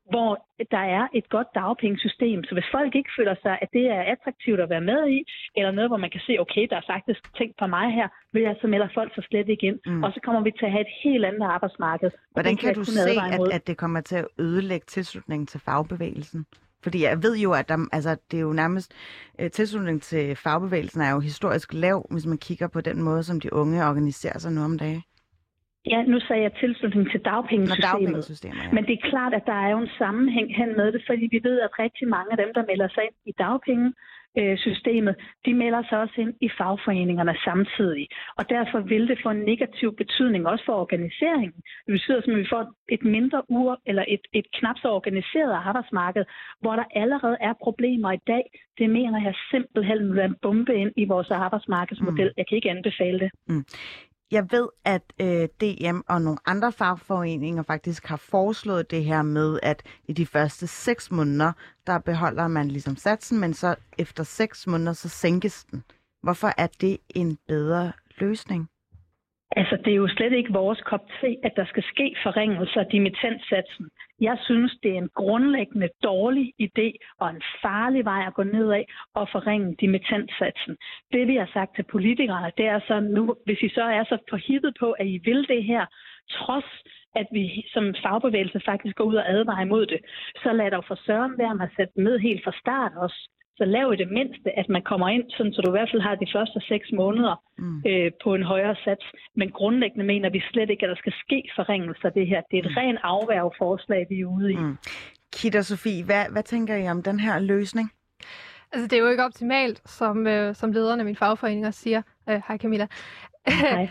hvor der er et godt dagpengesystem. Så hvis folk ikke føler sig, at det er attraktivt at være med i, eller noget, hvor man kan se, okay, der er faktisk ting for mig her, vil jeg så melder folk så slet ikke ind. Mm. Og så kommer vi til at have et helt andet arbejdsmarked. Hvordan kan, kan du se, at, at det kommer til at ødelægge tilslutningen til fagbevægelsen? Fordi jeg ved jo, at der, altså, det er jo nærmest øh, tilslutningen til fagbevægelsen er jo historisk lav, hvis man kigger på den måde, som de unge organiserer sig nu om dagen. Ja, nu sagde jeg tilslutning til dagpengesystemet. dagpengesystemet ja. Men det er klart, at der er jo en sammenhæng hen med det, fordi vi ved, at rigtig mange af dem, der melder sig ind i dagpengesystemet, de melder sig også ind i fagforeningerne samtidig. Og derfor vil det få en negativ betydning også for organiseringen. Det betyder, at vi får et mindre ur eller et, et knap så organiseret arbejdsmarked, hvor der allerede er problemer i dag. Det mener jeg simpelthen vil være en bombe ind i vores arbejdsmarkedsmodel. Mm. Jeg kan ikke anbefale det. Mm. Jeg ved, at øh, D M og nogle andre fagforeninger faktisk har foreslået det her med, at i de første seks måneder, der beholder man ligesom satsen, men så efter seks måneder, så sænkes den. Hvorfor er det en bedre løsning? Altså, det er jo slet ikke vores kop te, at der skal ske forringelser af dimittendsatsen. Jeg synes, det er en grundlæggende dårlig idé og en farlig vej at gå nedad og forringe dimittendsatsen. Det, vi har sagt til politikerne, det er så nu, hvis I så er så forhippet på, at I vil det her, trods at vi som fagbevægelse faktisk går ud og advarer imod det, så lad dog for søren være med at sætte med helt fra start også. Så lav i det mindste, at man kommer ind, sådan, så du i hvert fald har de første seks måneder mm. øh, på en højere sats. Men grundlæggende mener vi slet ikke, at der skal ske forringelser af det her. Det er et mm. rent afværgeforslag, vi er ude i. Mm. Kit og Sofie, hvad, hvad tænker I om den her løsning? Altså, det er jo ikke optimalt, som, øh, som lederne af mine fagforeninger siger. Øh, hej Camilla. Hej.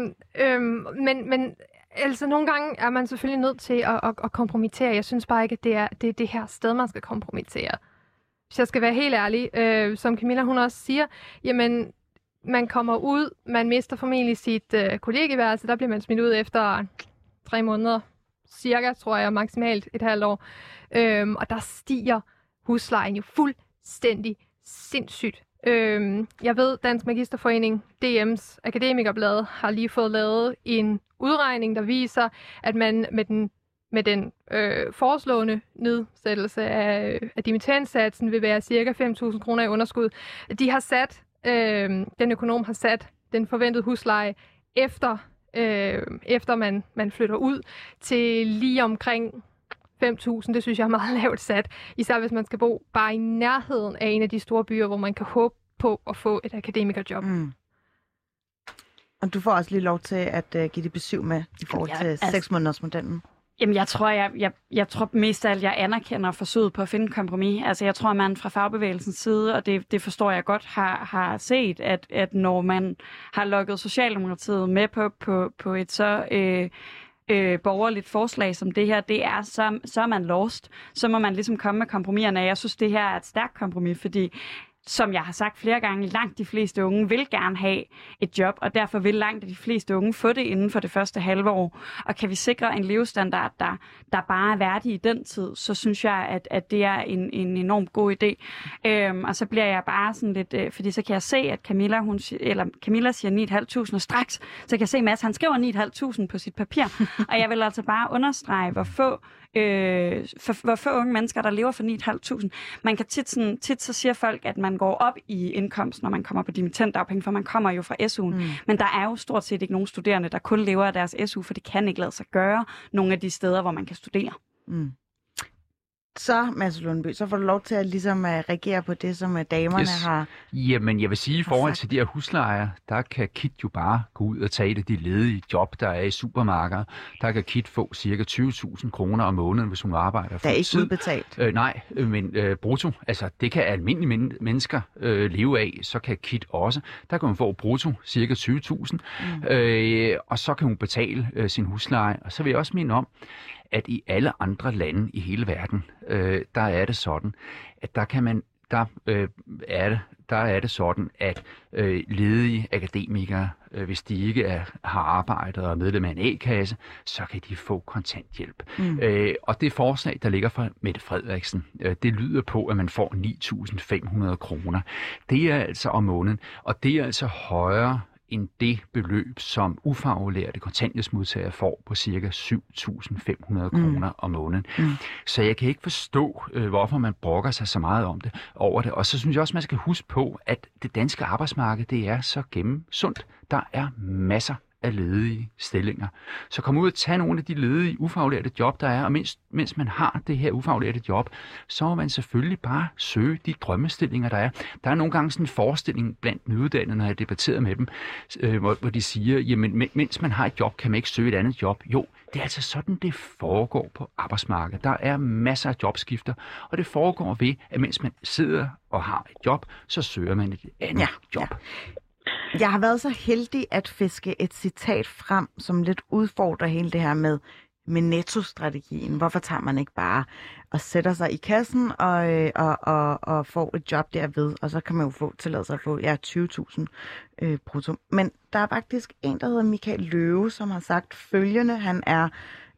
øhm, men, men altså, nogle gange er man selvfølgelig nødt til at, at, at kompromittere. Jeg synes bare ikke, at det er det, er det her sted, man skal kompromittere. Hvis jeg skal være helt ærlig, øh, som Camilla hun også siger, jamen, man kommer ud, man mister formentlig sit øh, kollegieværelse, der bliver man smidt ud efter tre måneder, cirka, tror jeg, maksimalt et halvt år. Øhm, og der stiger huslejen jo fuldstændig sindssygt. Øhm, jeg ved, Dansk Magisterforening, D M's Akademikerblad, har lige fået lavet en udregning, der viser, at man med den med den øh, foreslående nedsættelse af, af dimittendsatsen vil være cirka fem tusind kroner i underskud. De har sat, øh, den økonom har sat den forventede husleje efter, øh, efter man, man flytter ud til lige omkring fem tusind. Det synes jeg er meget lavt sat, især hvis man skal bo bare i nærheden af en af de store byer, hvor man kan håbe på at få et akademikerjob. Mm. Og du får også lige lov til at uh, give det besøg med i forhold til ja, altså... seks måneders modellen. Jamen, jeg tror, jeg, jeg, jeg tror mest af alt, jeg anerkender forsøget på at finde kompromis. Altså, jeg tror, man fra fagbevægelsens side, og det, det forstår jeg godt, har, har set, at, at når man har lukket Socialdemokratiet med på, på, på et så øh, øh, borgerligt forslag som det her, det er, så, så er man lost. Så må man ligesom komme med kompromiserne. Jeg synes, det her er et stærkt kompromis, fordi som jeg har sagt flere gange, langt de fleste unge vil gerne have et job, og derfor vil langt de fleste unge få det inden for det første halve år. Og kan vi sikre en levestandard, der, der bare er værdig i den tid, så synes jeg, at, at det er en, en enormt god idé. Øhm, og så bliver jeg bare sådan lidt, øh, fordi så kan jeg se, at Camilla, hun, eller Camilla siger ni tusind fem hundrede, og straks så kan jeg se, at Mads, han skriver ni tusind fem hundrede på sit papir. Og jeg vil altså bare understrege, hvor få Øh, for, hvor få unge mennesker, der lever for ni tusind fem hundrede. Man kan tit, sådan, tit så siger folk, at man går op i indkomst, når man kommer på dimittentdagpenge, for man kommer jo fra S U'en. Mm. Men der er jo stort set ikke nogen studerende, der kun lever af deres S U, for det kan ikke lade sig gøre nogle af de steder, hvor man kan studere. Mm. Så, Mads Lundby, så får du lov til at ligesom uh, reagere på det, som uh, damerne yes. har... Jamen, jeg vil sige, i forhold til de her huslejer, der kan Kit jo bare gå ud og tage det de ledige job, der er i supermarkeder. Der kan Kit få cirka tyve tusind kroner om måneden, hvis hun arbejder. Der er ikke udbetalt? Øh, nej, men øh, brutto. Altså, det kan almindelige men- mennesker øh, leve af. Så kan Kit også. Der kan hun få brutto cirka tyve tusind. Mm. Øh, og så kan hun betale øh, sin husleje. Og så vil jeg også minde om, at i alle andre lande i hele verden, øh, der er det sådan, at der kan man, der øh, er det, der er det sådan, at øh, ledige akademikere, øh, hvis de ikke er, har arbejdet og er medlem af en A-kasse, så kan de få kontanthjælp. Mm. Øh, og det forslag, der ligger fra Mette Frederiksen, øh, det lyder på, at man får ni tusind fem hundrede kroner. Det er altså om måneden, og det er altså højere end det beløb, som ufaglærte kontanthjælpsmodtagere får på ca. syv tusind fem hundrede kroner om måneden. Mm. Så jeg kan ikke forstå, øh, hvorfor man brokker sig så meget om det, over det. Og så synes jeg også, man skal huske på, at det danske arbejdsmarked, det er så gennemsundt. Der er masser af ledige stillinger. Så kom ud og tag nogle af de ledige ufaglærte job, der er, og mens, mens man har det her ufaglærte job, så må man selvfølgelig bare søge de drømmestillinger, der er. Der er nogle gange sådan en forestilling blandt nyuddannede, når jeg debatterer med dem, øh, hvor, hvor de siger, jamen mens man har et job, kan man ikke søge et andet job. Jo, det er altså sådan, det foregår på arbejdsmarkedet. Der er masser af jobskifter, og det foregår ved, at mens man sidder og har et job, så søger man et andet ja, job. Ja. Jeg har været så heldig at fiske et citat frem, som lidt udfordrer hele det her med, med nettostrategien. Hvorfor tager man ikke bare og sætter sig i kassen og, og, og, og får et job derved, og så kan man jo få tilladelse at få ja, tyve tusind øh, brutto. Men der er faktisk en, der hedder Michael Løve, som har sagt følgende. Han er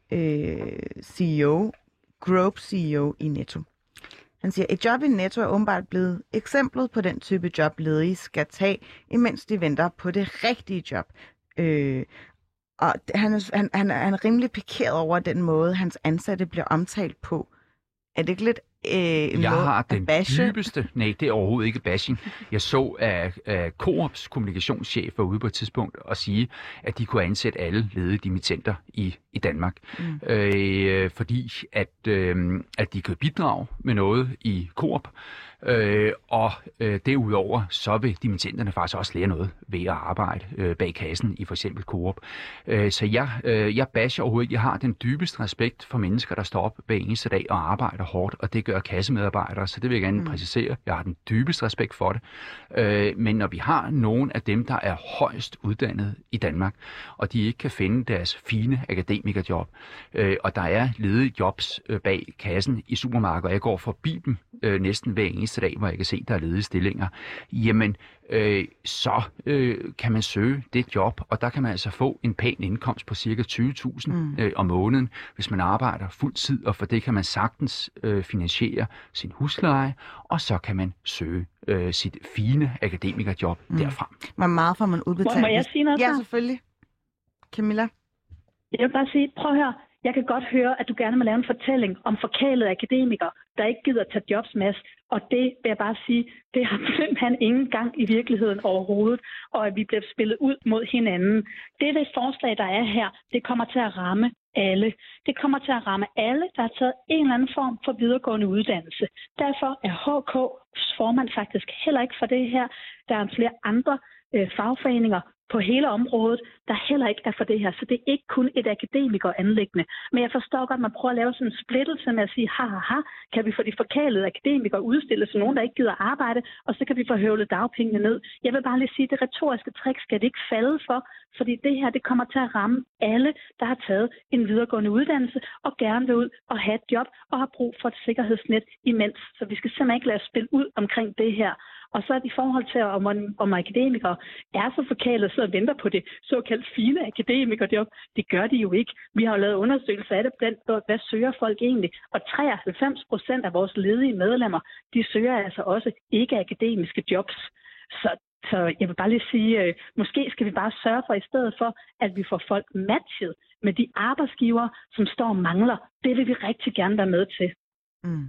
øh, C E O, Group C E O i Netto. Han siger, et job i Netto er åbenbart blevet eksemplet på den type job, ledige skal tage, imens de venter på det rigtige job. Øh, og han er, han, han, han er rimelig pikeret over den måde, hans ansatte bliver omtalt på. Er det ikke lidt øh, en Jeg måde har den bashe? dybeste... Nej, det er overhovedet ikke bashing. Jeg så, at, at Coops kommunikationschef var ude på et tidspunkt og sige, at de kunne ansætte alle ledige dimittenter i, i Danmark. Mm. Øh, fordi at, øh, at de kan bidrage med noget i Coop. Øh, og øh, derudover så vil dimittenterne faktisk også lære noget ved at arbejde øh, bag kassen i for eksempel Coop. Øh, så jeg, øh, jeg basher overhovedet ikke. Jeg har den dybeste respekt for mennesker, der står op hver eneste dag og arbejder hårdt, og det gør kassemedarbejdere, så det vil jeg gerne mm. præcisere. Jeg har den dybeste respekt for det. Øh, men når vi har nogen af dem, der er højst uddannet i Danmark, og de ikke kan finde deres fine akademikerjob, øh, og der er ledige jobs øh, bag kassen i supermarkedet, og jeg går forbi dem øh, næsten hver eneste dag, hvor jeg kan se, at der er ledige stillinger, jamen, øh, så øh, kan man søge det job, og der kan man altså få en pæn indkomst på cirka tyve tusind mm. øh, om måneden, hvis man arbejder fuld tid, og for det kan man sagtens øh, finansiere sin husleje, og så kan man søge øh, sit fine akademikerjob mm. derfra. Hvor meget får man udbetalt? Må jeg sige noget? Ja, selvfølgelig. Camilla? Jeg vil bare sige, prøv at høre. Jeg kan godt høre, at du gerne vil lave en fortælling om forkælede akademikere, der ikke gider at tage jobs med. Og det vil jeg bare sige, det har simpelthen ingen gang i virkeligheden overhovedet, og at vi bliver spillet ud mod hinanden. Det er det forslag, der er her, det kommer til at ramme alle. Det kommer til at ramme alle, der har taget en eller anden form for videregående uddannelse. Derfor er H K's formand faktisk heller ikke for det her. Der er flere andre øh, fagforeninger på hele området, der heller ikke er for det her. Så det er ikke kun et akademikeranliggende. Men jeg forstår godt, at man prøver at lave sådan en splittelse med at sige, ha, ha, ha, kan vi få de forkælede akademikere udstillet til nogen, der ikke gider arbejde, og så kan vi få høvlet dagpengene ned. Jeg vil bare lige sige, at det retoriske trick skal det ikke falde for, fordi det her, det kommer til at ramme alle, der har taget en videregående uddannelse og gerne vil ud og have et job og har brug for et sikkerhedsnet imens. Så vi skal simpelthen ikke lade os spille ud omkring det her. Og så i forhold til, om, om akademikere er så forkælet, så venter på det såkaldt fine akademikerjob. Det gør de jo ikke. Vi har jo lavet undersøgelser af det blandt, hvad søger folk egentlig? Og treoghalvfems procent af vores ledige medlemmer, de søger altså også ikke akademiske jobs. Så, så jeg vil bare lige sige, øh, måske skal vi bare sørge for i stedet for, at vi får folk matchet med de arbejdsgivere, som står og mangler. Det vil vi rigtig gerne være med til. Mm.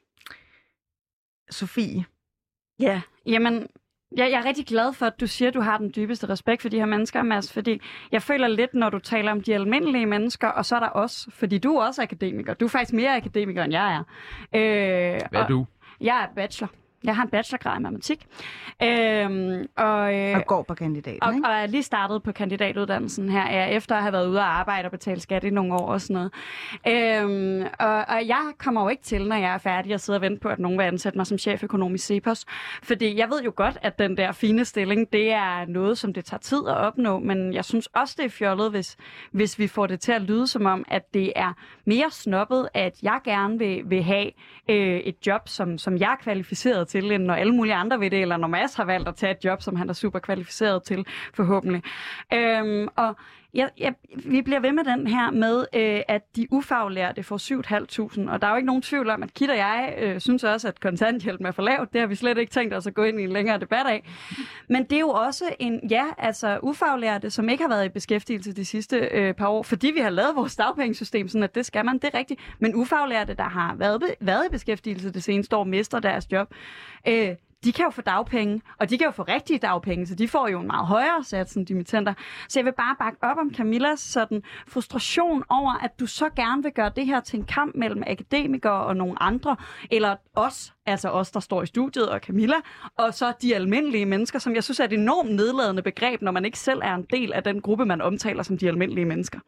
Sofie? Ja, jamen, jeg, jeg er rigtig glad for, at du siger, at du har den dybeste respekt for de her mennesker, Mads, fordi jeg føler lidt, når du taler om de almindelige mennesker, og så er der os, fordi du er også akademiker. Du er faktisk mere akademiker, end jeg er. Øh, Hvad er du? Jeg er bachelor. Jeg har en bachelorgrad i matematik. Øhm, og, øh, og går på kandidaten, og, ikke? og er lige startet på kandidatuddannelsen her, er efter at have været ude og arbejde og betale skat i nogle år og sådan noget. Øhm, og, og jeg kommer jo ikke til, når jeg er færdig, at sidde og vente på, at nogen vil ansætte mig som cheføkonom i Cepos. Fordi jeg ved jo godt, at den der fine stilling, det er noget, som det tager tid at opnå, men jeg synes også, det er fjollet, hvis, hvis vi får det til at lyde som om, at det er mere snobbet, at jeg gerne vil, vil have øh, et job, som, som jeg er kvalificeret til, end når alle mulige andre ved det, eller når Mads har valgt at tage et job, som han er super kvalificeret til, forhåbentlig. Øhm, og Ja, ja, vi bliver ved med den her med, øh, at de ufaglærte får syv tusind fem hundrede, og der er jo ikke nogen tvivl om, at Kit og jeg øh, synes også, at kontanthjælpen er for lavt. Det har vi slet ikke tænkt os at gå ind i en længere debat af. Men det er jo også en, ja, altså ufaglærte, som ikke har været i beskæftigelse de sidste øh, par år, fordi vi har lavet vores dagpengesystem, sådan at det skal man, det er rigtigt. Men ufaglærte, der har været, været i beskæftigelse det seneste år, mister deres job. Øh, De kan jo få dagpenge, og de kan jo få rigtige dagpenge, så de får jo en meget højere sats end dimittenter. Så jeg vil bare bakke op om Camillas sådan frustration over, at du så gerne vil gøre det her til en kamp mellem akademikere og nogle andre, eller os, altså os, der står i studiet, og Camilla, og så de almindelige mennesker, som jeg synes er et enormt nedladende begreb, når man ikke selv er en del af den gruppe, man omtaler som de almindelige mennesker.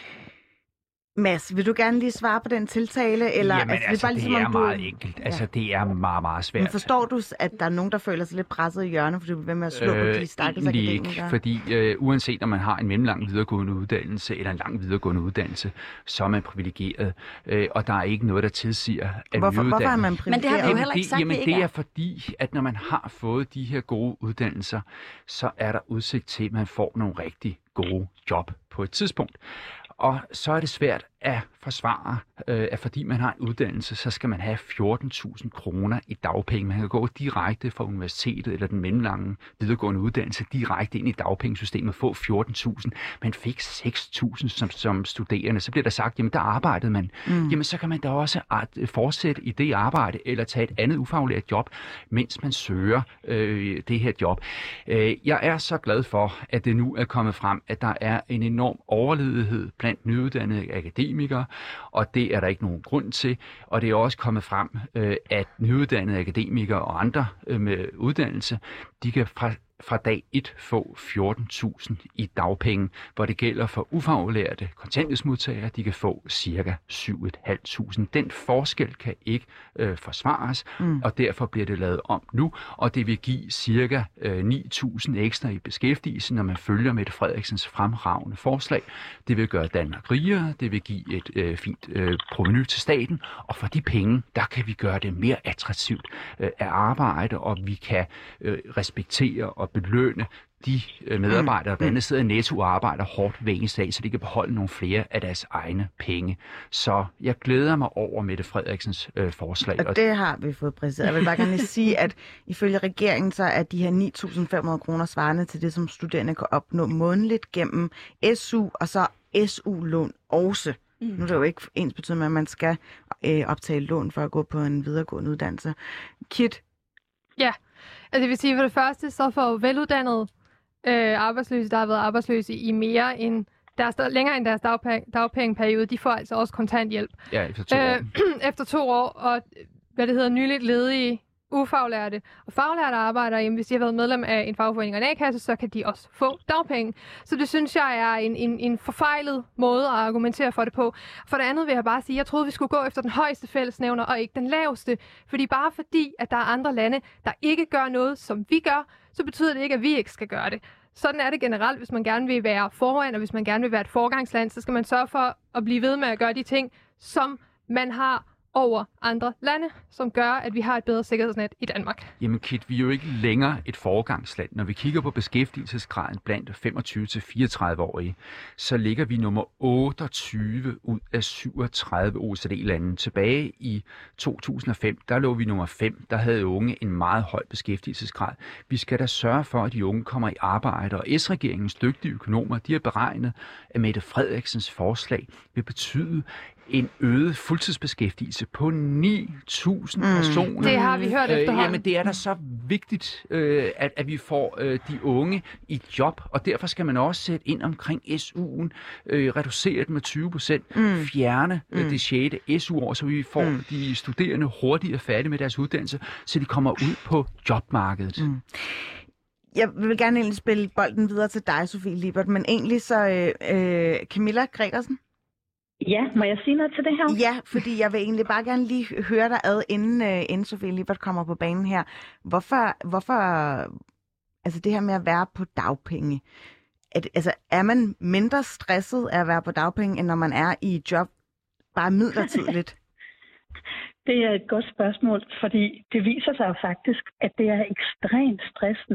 Mads, vil du gerne lige svare på den tiltale? Eller, Jamen altså, altså, det er, bare det ligesom, er du... meget enkelt. Altså, ja. det er meget, meget svært. Men forstår du, at der er nogen, der føler sig lidt presset i hjørnet, fordi du vil være med at slå øh, på de stakkels akademikere? Ikke, fordi øh, uanset om man har en mellemlang videregående uddannelse eller en lang videregående uddannelse, så er man privilegeret. Øh, og der er ikke noget, der tilsiger, at hvorfor, hvorfor er man privilegeret? Men det har vi jo heller ikke sagt, Jamen, det, det er fordi, at når man har fået de her gode uddannelser, så er der udsigt til, at man får nogle rigtig gode job på et tidspunkt. Og så er det svært at forsvare, øh, at fordi man har en uddannelse, så skal man have fjorten tusind kroner i dagpenge. Man kan gå direkte fra universitetet eller den mellemlange videregående uddannelse direkte ind i dagpengesystemet og få fjorten tusind. Man fik seks tusind som, som studerende. Så bliver der sagt, jamen der arbejdede man. Mm. Jamen så kan man da også fortsætte i det arbejde eller tage et andet ufaglært job, mens man søger øh, det her job. Øh, jeg er så glad for, at det nu er kommet frem, at der er en enorm overledighed blandt nyuddannede akademikere, og det er der ikke nogen grund til. Og det er også kommet frem, at nyuddannede akademikere og andre med uddannelse, de kan fra fra dag et få fjorten tusind i dagpenge, hvor det gælder for ufaglærte kontanthjælpsmodtagere, de kan få cirka syv tusind fem hundrede. Den forskel kan ikke øh, forsvares, mm. og derfor bliver det lavet om nu, og det vil give cirka øh, ni tusind ekstra i beskæftigelse, når man følger Mette Frederiksens fremragende forslag. Det vil gøre Danmark rigere, det vil give et øh, fint øh, provenu til staten, og for de penge, der kan vi gøre det mere attraktivt øh, at arbejde, og vi kan øh, respektere og belønne de medarbejdere, der blandt andet sidder i Netto og arbejder hårdt hver eneste dag, så de kan beholde nogle flere af deres egne penge. Så jeg glæder mig over Mette Frederiksens øh, forslag. Og det har vi fået præciseret. Jeg vil bare gerne sige, at ifølge regeringen, så er de her ni tusind fem hundrede kroner svarende til det, som studerende kan opnå månedligt gennem S U og så S U-lån også. Mm. Nu er det jo ikke ens betydende med, at man skal øh, optage lån for at gå på en videregående uddannelse. Kit? Ja, altså det vil sige for det første, så for veluddannede øh, arbejdsløse, der har været arbejdsløse i mere end deres, længere end deres dagpenge, dagpengeperiode, de får altså også kontanthjælp. Ja, efter to år. Øh, efter to år, og hvad det hedder, nyligt ledige, ufaglærte og faglærte arbejdere, jamen, hvis de har været medlem af en fagforening og en A-kasse, så kan de også få dagpenge. Så det synes jeg er en, en, en forfejlet måde at argumentere for det på. For det andet vil jeg bare sige, at jeg troede, vi skulle gå efter den højeste fællesnævner og ikke den laveste. Fordi bare fordi, at der er andre lande, der ikke gør noget, som vi gør, så betyder det ikke, at vi ikke skal gøre det. Sådan er det generelt, hvis man gerne vil være foran, og hvis man gerne vil være et forgangsland, så skal man sørge for at blive ved med at gøre de ting, som man har over andre lande, som gør, at vi har et bedre sikkerhedsnet i Danmark. Jamen Kit, vi er jo ikke længere et foregangsland. Når vi kigger på beskæftigelsesgraden blandt femogtyve til fireogtredive-årige, så ligger vi nummer otteogtyve ud af syvogtredive O E C D-lande. Tilbage i to tusind og fem, der lå vi nummer fem. Der havde unge en meget høj beskæftigelsesgrad. Vi skal da sørge for, at de unge kommer i arbejde, og S-regeringens dygtige økonomer, de har beregnet, at Mette Frederiksens forslag vil betyde en øget fuldtidsbeskæftigelse på ni tusind mm. personer. Det har vi hørt øh, efterhånden. Jamen, det er da så vigtigt, øh, at, at vi får øh, de unge i job, og derfor skal man også sætte ind omkring S U'en, øh, reducere den med tyve procent, mm. fjerne øh, mm. det sjette S U-år, så vi får mm. de studerende hurtigere færdige med deres uddannelse, så de kommer ud på jobmarkedet. Mm. Jeg vil gerne egentlig spille bolden videre til dig, Sofie Lippert, men egentlig så øh, øh, Camilla Gregersen. Ja, må jeg sige noget til det her? Ja, fordi jeg vil egentlig bare gerne lige høre dig ad, inden, uh, inden Sofie Lippert kommer på banen her. Hvorfor, hvorfor altså det her med at være på dagpenge, at, altså er man mindre stresset af at være på dagpenge, end når man er i job bare midlertidigt? Det er et godt spørgsmål, fordi det viser sig jo faktisk, at det er ekstremt stressende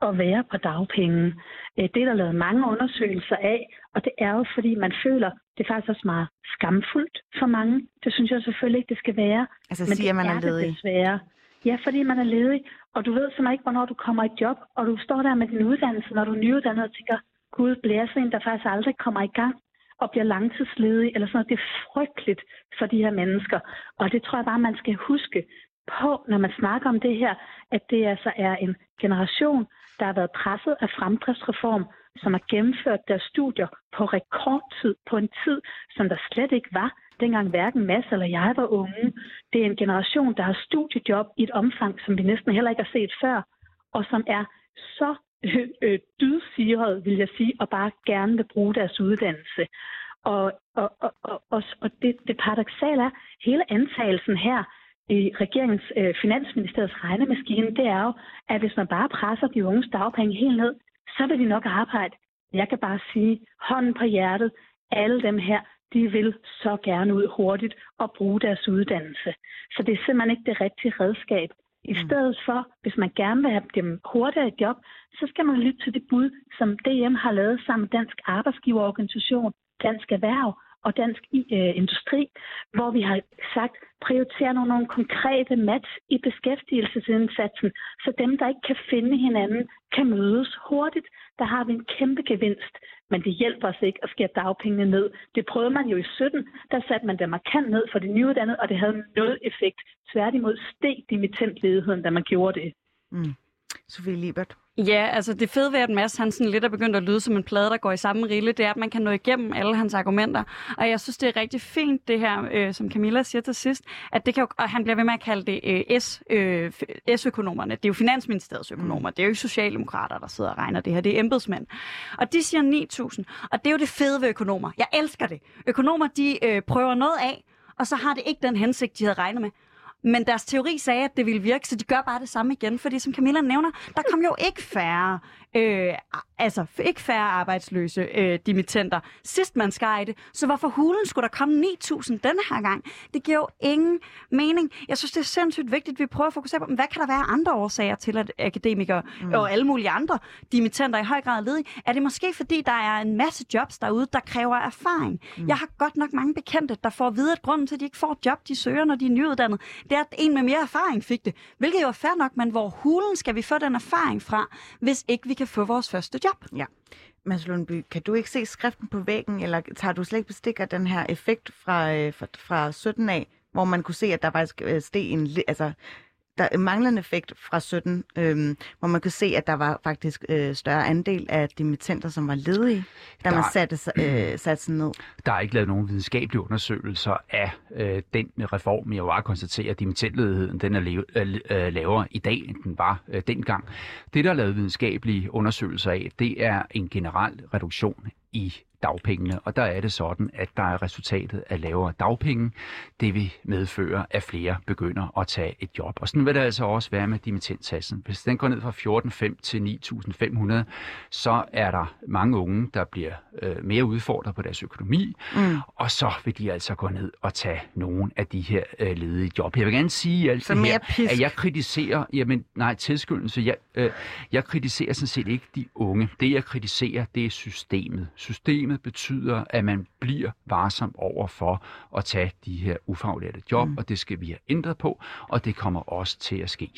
at være på dagpenge. Det er der lavet mange undersøgelser af, og det er jo fordi, man føler, det er faktisk også meget skamfuldt for mange. Det synes jeg selvfølgelig ikke, det skal være. Altså men siger, det man er, er ledig? Desværre. Ja, fordi man er ledig, og du ved simpelthen ikke, hvornår du kommer i job, og du står der med din uddannelse, når du er nyuddannet og tænker, gud, bliver jeg sådan en, der faktisk aldrig kommer i gang og bliver langtidsledig, eller sådan noget. Det er frygteligt for de her mennesker, og det tror jeg bare, man skal huske på, når man snakker om det her, at det altså er en generation, der har været presset af fremdriftsreform, som har gennemført deres studier på rekordtid, på en tid, som der slet ikke var, dengang hverken Mads eller jeg var unge. Det er en generation, der har studiejob i et omfang, som vi næsten heller ikke har set før, og som er så øh, øh, dydsiret, vil jeg sige, og bare gerne vil bruge deres uddannelse. Og, og, og, og, og, og det, det paradoksale er, hele antagelsen her i regeringens øh, finansministeriets regnemaskine, det er jo, at hvis man bare presser de unges dagpenge helt ned, så vil de nok arbejde. Jeg kan bare sige, hånden på hjertet, alle dem her, de vil så gerne ud hurtigt og bruge deres uddannelse. Så det er simpelthen ikke det rigtige redskab. I stedet for, hvis man gerne vil have dem hurtigere i job, så skal man lytte til det bud, som D M har lavet sammen med Dansk Arbejdsgiverorganisation, Dansk Erhverv og Dansk øh, Industri, hvor vi har sagt, prioritere nogle, nogle konkrete match i beskæftigelsesindsatsen, så dem, der ikke kan finde hinanden, kan mødes hurtigt. Der har vi en kæmpe gevinst, men det hjælper os ikke at skære dagpengene ned. Det prøvede man jo i sytten, der satte man dem markant ned for de nyuddannede, og det havde nul effekt. Tværtimod steg dimittentledigheden, da man gjorde det. Mm. Sofie Liebert. Ja, altså det fede ved, at Mads han sådan lidt er begyndt at lyde som en plade, der går i samme rille, det er, at man kan nå igennem alle hans argumenter. Og jeg synes, det er rigtig fint, det her, øh, som Camilla siger til sidst, at det kan jo, og han bliver ved med at kalde det øh, S, øh, S-økonomerne. Det er jo Finansministeriets økonomer, det er jo ikke socialdemokrater, der sidder og regner det her, det er embedsmænd. Og de siger ni tusind, og det er jo det fede ved økonomer. Jeg elsker det. Økonomer, de øh, prøver noget af, og så har det ikke den hensigt, de havde regnet med. Men deres teori sagde, at det ville virke, så de gør bare det samme igen. Fordi som Camilla nævner, der kom jo ikke færre, øh, altså ikke færre arbejdsløse øh, dimittenter sidst man skar i det. Så hvorfor hulen skulle der komme ni tusind denne her gang? Det giver jo ingen mening. Jeg synes, det er sindssygt vigtigt, at vi prøver at fokusere på, hvad kan der være andre årsager til, at akademikere mm. og alle mulige andre dimittenter i høj grad er ledige? Er det måske, fordi der er en masse jobs derude, der kræver erfaring? Mm. Jeg har godt nok mange bekendte, der får at vide, at grunden til, at de ikke får job, de søger, når de er nyuddannede, det er, at en med mere erfaring fik det. Hvilket jo er fair nok, men hvor hulen skal vi få den erfaring fra, hvis ikke vi kan få vores første job? Ja. Mads Lundby, kan du ikke se skriften på væggen, eller tager du slet ikke bestik af den her effekt fra, øh, fra, fra sytten af, hvor man kunne se, at der faktisk øh, steg en... Altså, der mangler en effekt fra sytten, øhm, hvor man kunne se, at der var faktisk øh, større andel af dimittenter, som var ledige, da der, man satte øh, satsen ned. Der er ikke lavet nogen videnskabelige undersøgelser af øh, den reform. Jeg vil bare konstatere, at dimittentledigheden den er lave, øh, lavere i dag, end den var øh, dengang. Det, der er lavet videnskabelige undersøgelser af, det er en generel reduktion i dagpengene, og der er det sådan, at der er resultatet af lavere dagpenge. Det vil medføre, at flere begynder at tage et job. Og sådan vil det altså også være med dimittentsatsen. Hvis den går ned fra fjorten tusind fem hundrede til ni tusind fem hundrede, så er der mange unge, der bliver øh, mere udfordret på deres økonomi, mm. og så vil de altså gå ned og tage nogle af de her øh, ledige job. Jeg vil gerne sige alt det her, pisk. at jeg kritiserer, jamen nej, tilskyndelse, jeg, øh, jeg kritiserer sådan set ikke de unge. Det jeg kritiserer, det er systemet. Systemet betyder, at man bliver varsom over for at tage de her ufaglærte job, mm. og det skal vi have ændret på, og det kommer også til at ske.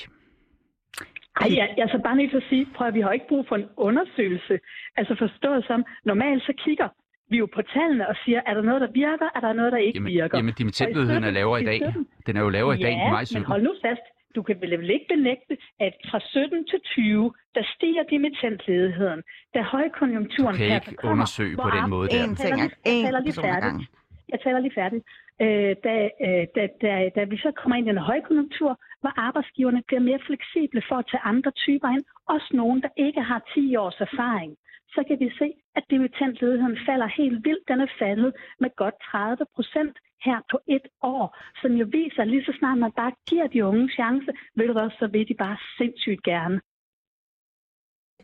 Ej, jeg, jeg er så bare nødt til at sige, prøv at vi har ikke brug for en undersøgelse. Altså forstået som, normalt så kigger vi jo på tallene og siger, er der noget, der virker, er der noget, der ikke jamen, virker? Jamen, dimittentledigheden er lavere i dag. Den er jo lavere ja, i dag end maj sytten. Men hold nu fast. Du kan vel ikke benægte, at fra sytten til tyve, der stiger dimittentledigheden. Da højkonjunkturen du kan ikke kommer, undersøge på den måde der. En ting er en person ad gangen. Jeg taler lige færdigt. Øh, da, øh, da, da, da vi så kommer ind i en højkonjunktur, hvor arbejdsgiverne bliver mere fleksible for at tage andre typer ind, også nogen, der ikke har ti års erfaring, så kan vi se, at dimittentledigheden falder helt vildt. Den er faldet med godt tredive procent her på et år, som jo viser, at lige så snart man bare giver de unge chance, ved du hvad, så vil de bare sindssygt gerne.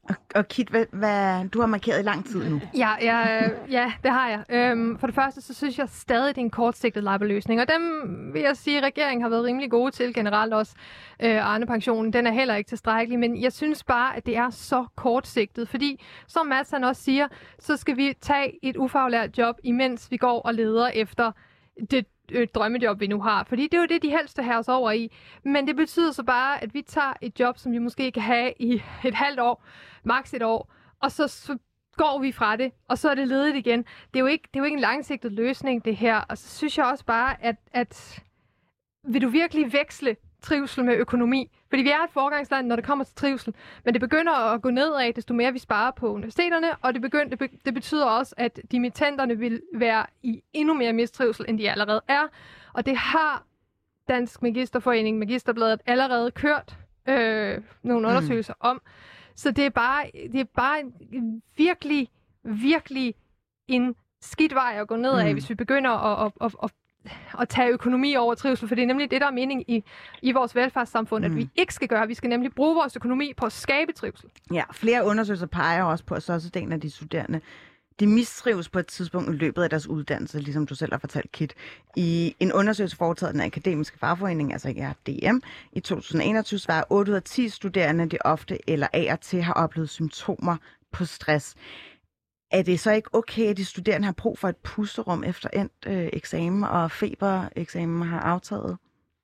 Og, og Kit, hvad, hvad, du har markeret i lang tid nu. Ja, ja, ja det har jeg. Øhm, for det første, så synes jeg stadig, det er en kortsigtet lappeløsning. Og dem vil jeg sige, at regeringen har været rimelig gode til generelt også. Øh, Arne-pensionen, den er heller ikke tilstrækkelig. Men jeg synes bare, at det er så kortsigtet. Fordi, som Mads han også siger, så skal vi tage et ufaglært job, imens vi går og leder efter det øh, drømmejob, vi nu har. Fordi det er jo det, de helst have os over i. Men det betyder så bare, at vi tager et job, som vi måske kan have i et halvt år, maks et år, og så, så går vi fra det, og så er det ledigt igen. Det er jo ikke, det er jo ikke en langsigtet løsning, det her. Og så synes jeg også bare, at, at vil du virkelig veksle trivsel med økonomi? Fordi vi er et foregangsland, når det kommer til trivsel. Men det begynder at gå nedad, desto mere vi sparer på universiteterne, og det, begynder, det, be, det betyder også, at dimittenterne vil være i endnu mere mistrivsel, end de allerede er. Og det har Dansk Magisterforening, Magisterbladet, allerede kørt øh, nogle undersøgelser mm. om. Så det er bare, det er bare en virkelig, virkelig en skidt vej at gå nedad, mm. hvis vi begynder at, at, at, at, at tage økonomi over trivsel. For det er nemlig det, der er mening i, i vores velfærdssamfund, mm. at vi ikke skal gøre. Vi skal nemlig bruge vores økonomi på at skabe trivsel. Ja, flere undersøgelser peger også på, at størstedelen af de studerende, de mistrives på et tidspunkt i løbet af deres uddannelse, ligesom du selv har fortalt, Kit. I en undersøgelse foretaget af den akademiske fagforening, altså R D M, i to tusind og enogtyve svarer otte ud af ti studerende, de ofte eller af og til har oplevet symptomer på stress. Er det så ikke okay, at de studerende har brug for et pusterum efter endt øh, eksamen, og febereksamen har aftaget?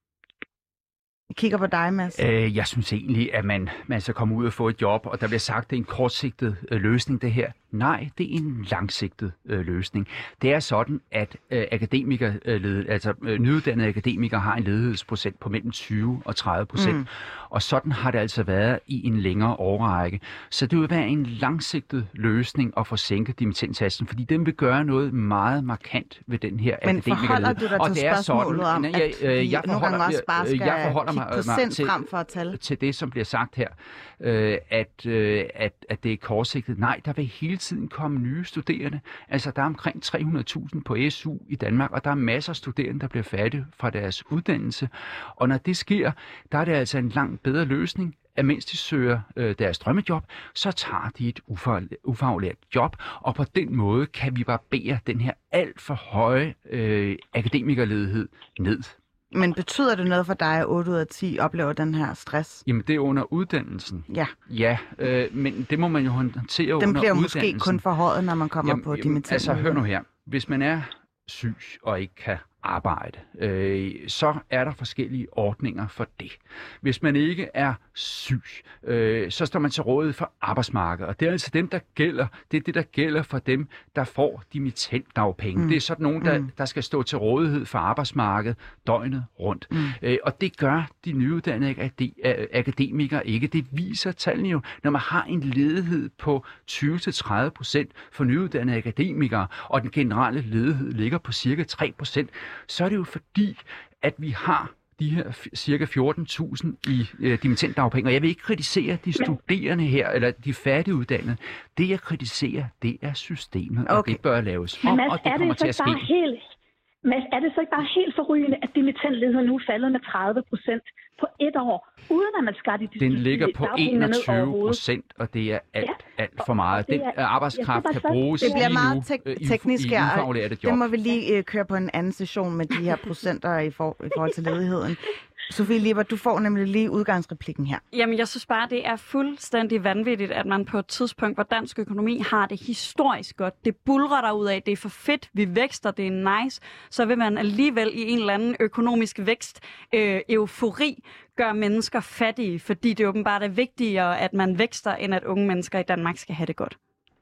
Jeg kigger på dig, Mads. Øh, jeg synes egentlig, at man, man skal komme ud og få et job, og der bliver sagt, at det er en kortsigtet øh, løsning, det her. Nej, det er en langsigtet øh, løsning. Det er sådan, at øh, akademikere, øh, altså øh, nyuddannede akademikere har en ledighedsprocent på mellem tyve og tredive procent. Mm. Og sådan har det altså været i en længere årrække. Så det vil være en langsigtet løsning at få sænket dimittendsatsen, fordi den vil gøre noget meget markant ved den her akademikerledighed. Men forholder du dig og til det er spørgsmålet sådan, om, jeg, øh, at vi jeg nogle gange også bare skal jeg forholder mig, procent til, frem for at tale? til det, som bliver sagt her, øh, at, øh, at, at det er kortsigtet. Nej, der vil hele tiden komme nye studerende. Altså, der er omkring tre hundrede tusind på S U i Danmark, og der er masser af studerende, der bliver færdige fra deres uddannelse. Og når det sker, der er det altså en langt bedre løsning, at mens de søger øh, deres drømmejob, så tager de et ufaglært, ufaglært job, og på den måde kan vi barbere den her alt for høje øh, akademikerledighed ned. Men betyder det noget for dig, at otte ud af ti oplever den her stress? Jamen, det er under uddannelsen. Ja. Ja, øh, men det må man jo håndtere under uddannelsen. Den bliver måske kun forhøjet, når man kommer jamen, på dimittenten. Altså, hør nu her. Hvis man er syg og ikke kan arbejde, øh, så er der forskellige ordninger for det. Hvis man ikke er syg, øh, så står man til rådighed for arbejdsmarkedet, og det er altså dem, der gælder, det er det, der gælder for dem, der får dimittentdagpenge. Mm. Det er sådan nogen, der, der skal stå til rådighed for arbejdsmarkedet døgnet rundt. Mm. Øh, og det gør de nyuddannede akademikere ikke. Det viser tallene jo, når man har en ledighed på tyve til tredive procent for nyuddannede akademikere, og den generelle ledighed ligger på cirka tre procent, så er det jo fordi, at vi har de her cirka fjorten tusind i øh, dimittentdagpenge. Og jeg vil ikke kritisere de studerende her, eller de færdiguddannede. Det, jeg kritiserer, det er systemet, okay. Og det bør laves om, og det kommer til at ske. Helt, Mads, er det så ikke bare helt forrygende, at dimittentledigheden nu er faldet med tredive procent på et år, uden at man skal de Den ligger på enogtyve procent, og det er alt, ja. alt for meget. Den arbejdskraft kan bruges det bliver meget tek- i, teknisk i, i ufaglærte job. Det må vi lige uh, køre på en anden session med de her procenter i, for, i forhold til ledigheden. Sofie Lippert, du får nemlig lige udgangsreplikken her. Jamen, jeg synes bare, det er fuldstændig vanvittigt, at man på et tidspunkt, hvor dansk økonomi har det historisk godt, det bulrer derudad, det er for fedt, vi vækster, det er nice, så vil man alligevel i en eller anden økonomisk vækst, øh, eufori, gøre mennesker fattige, fordi det åbenbart er vigtigere, at man vækster, end at unge mennesker i Danmark skal have det godt.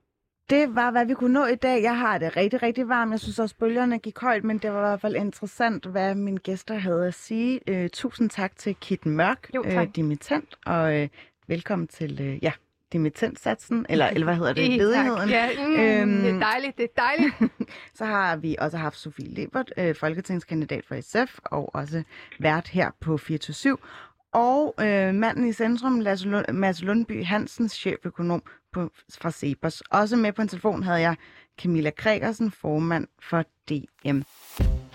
Det var, hvad vi kunne nå i dag. Jeg har det rigtig, rigtig varmt. Jeg synes også, bølgerne gik højt, men det var i hvert fald interessant, hvad mine gæster havde at sige. Uh, tusind tak til Kit Mørk, jo, uh, dimittent, og uh, velkommen til uh, ja, dimittentsatsen, eller, eller hvad hedder det, ledigheden. Ja, mm, øhm, det er dejligt, det er dejligt. Så har vi også haft Sofie Lippert, uh, folketingskandidat for S F, og også vært her på fireogtyve syv. Og øh, manden i centrum, Mads Lundby Hansens, cheføkonom på, fra Cepos. Også med på en telefon havde jeg Camilla Gregersen, formand for D M.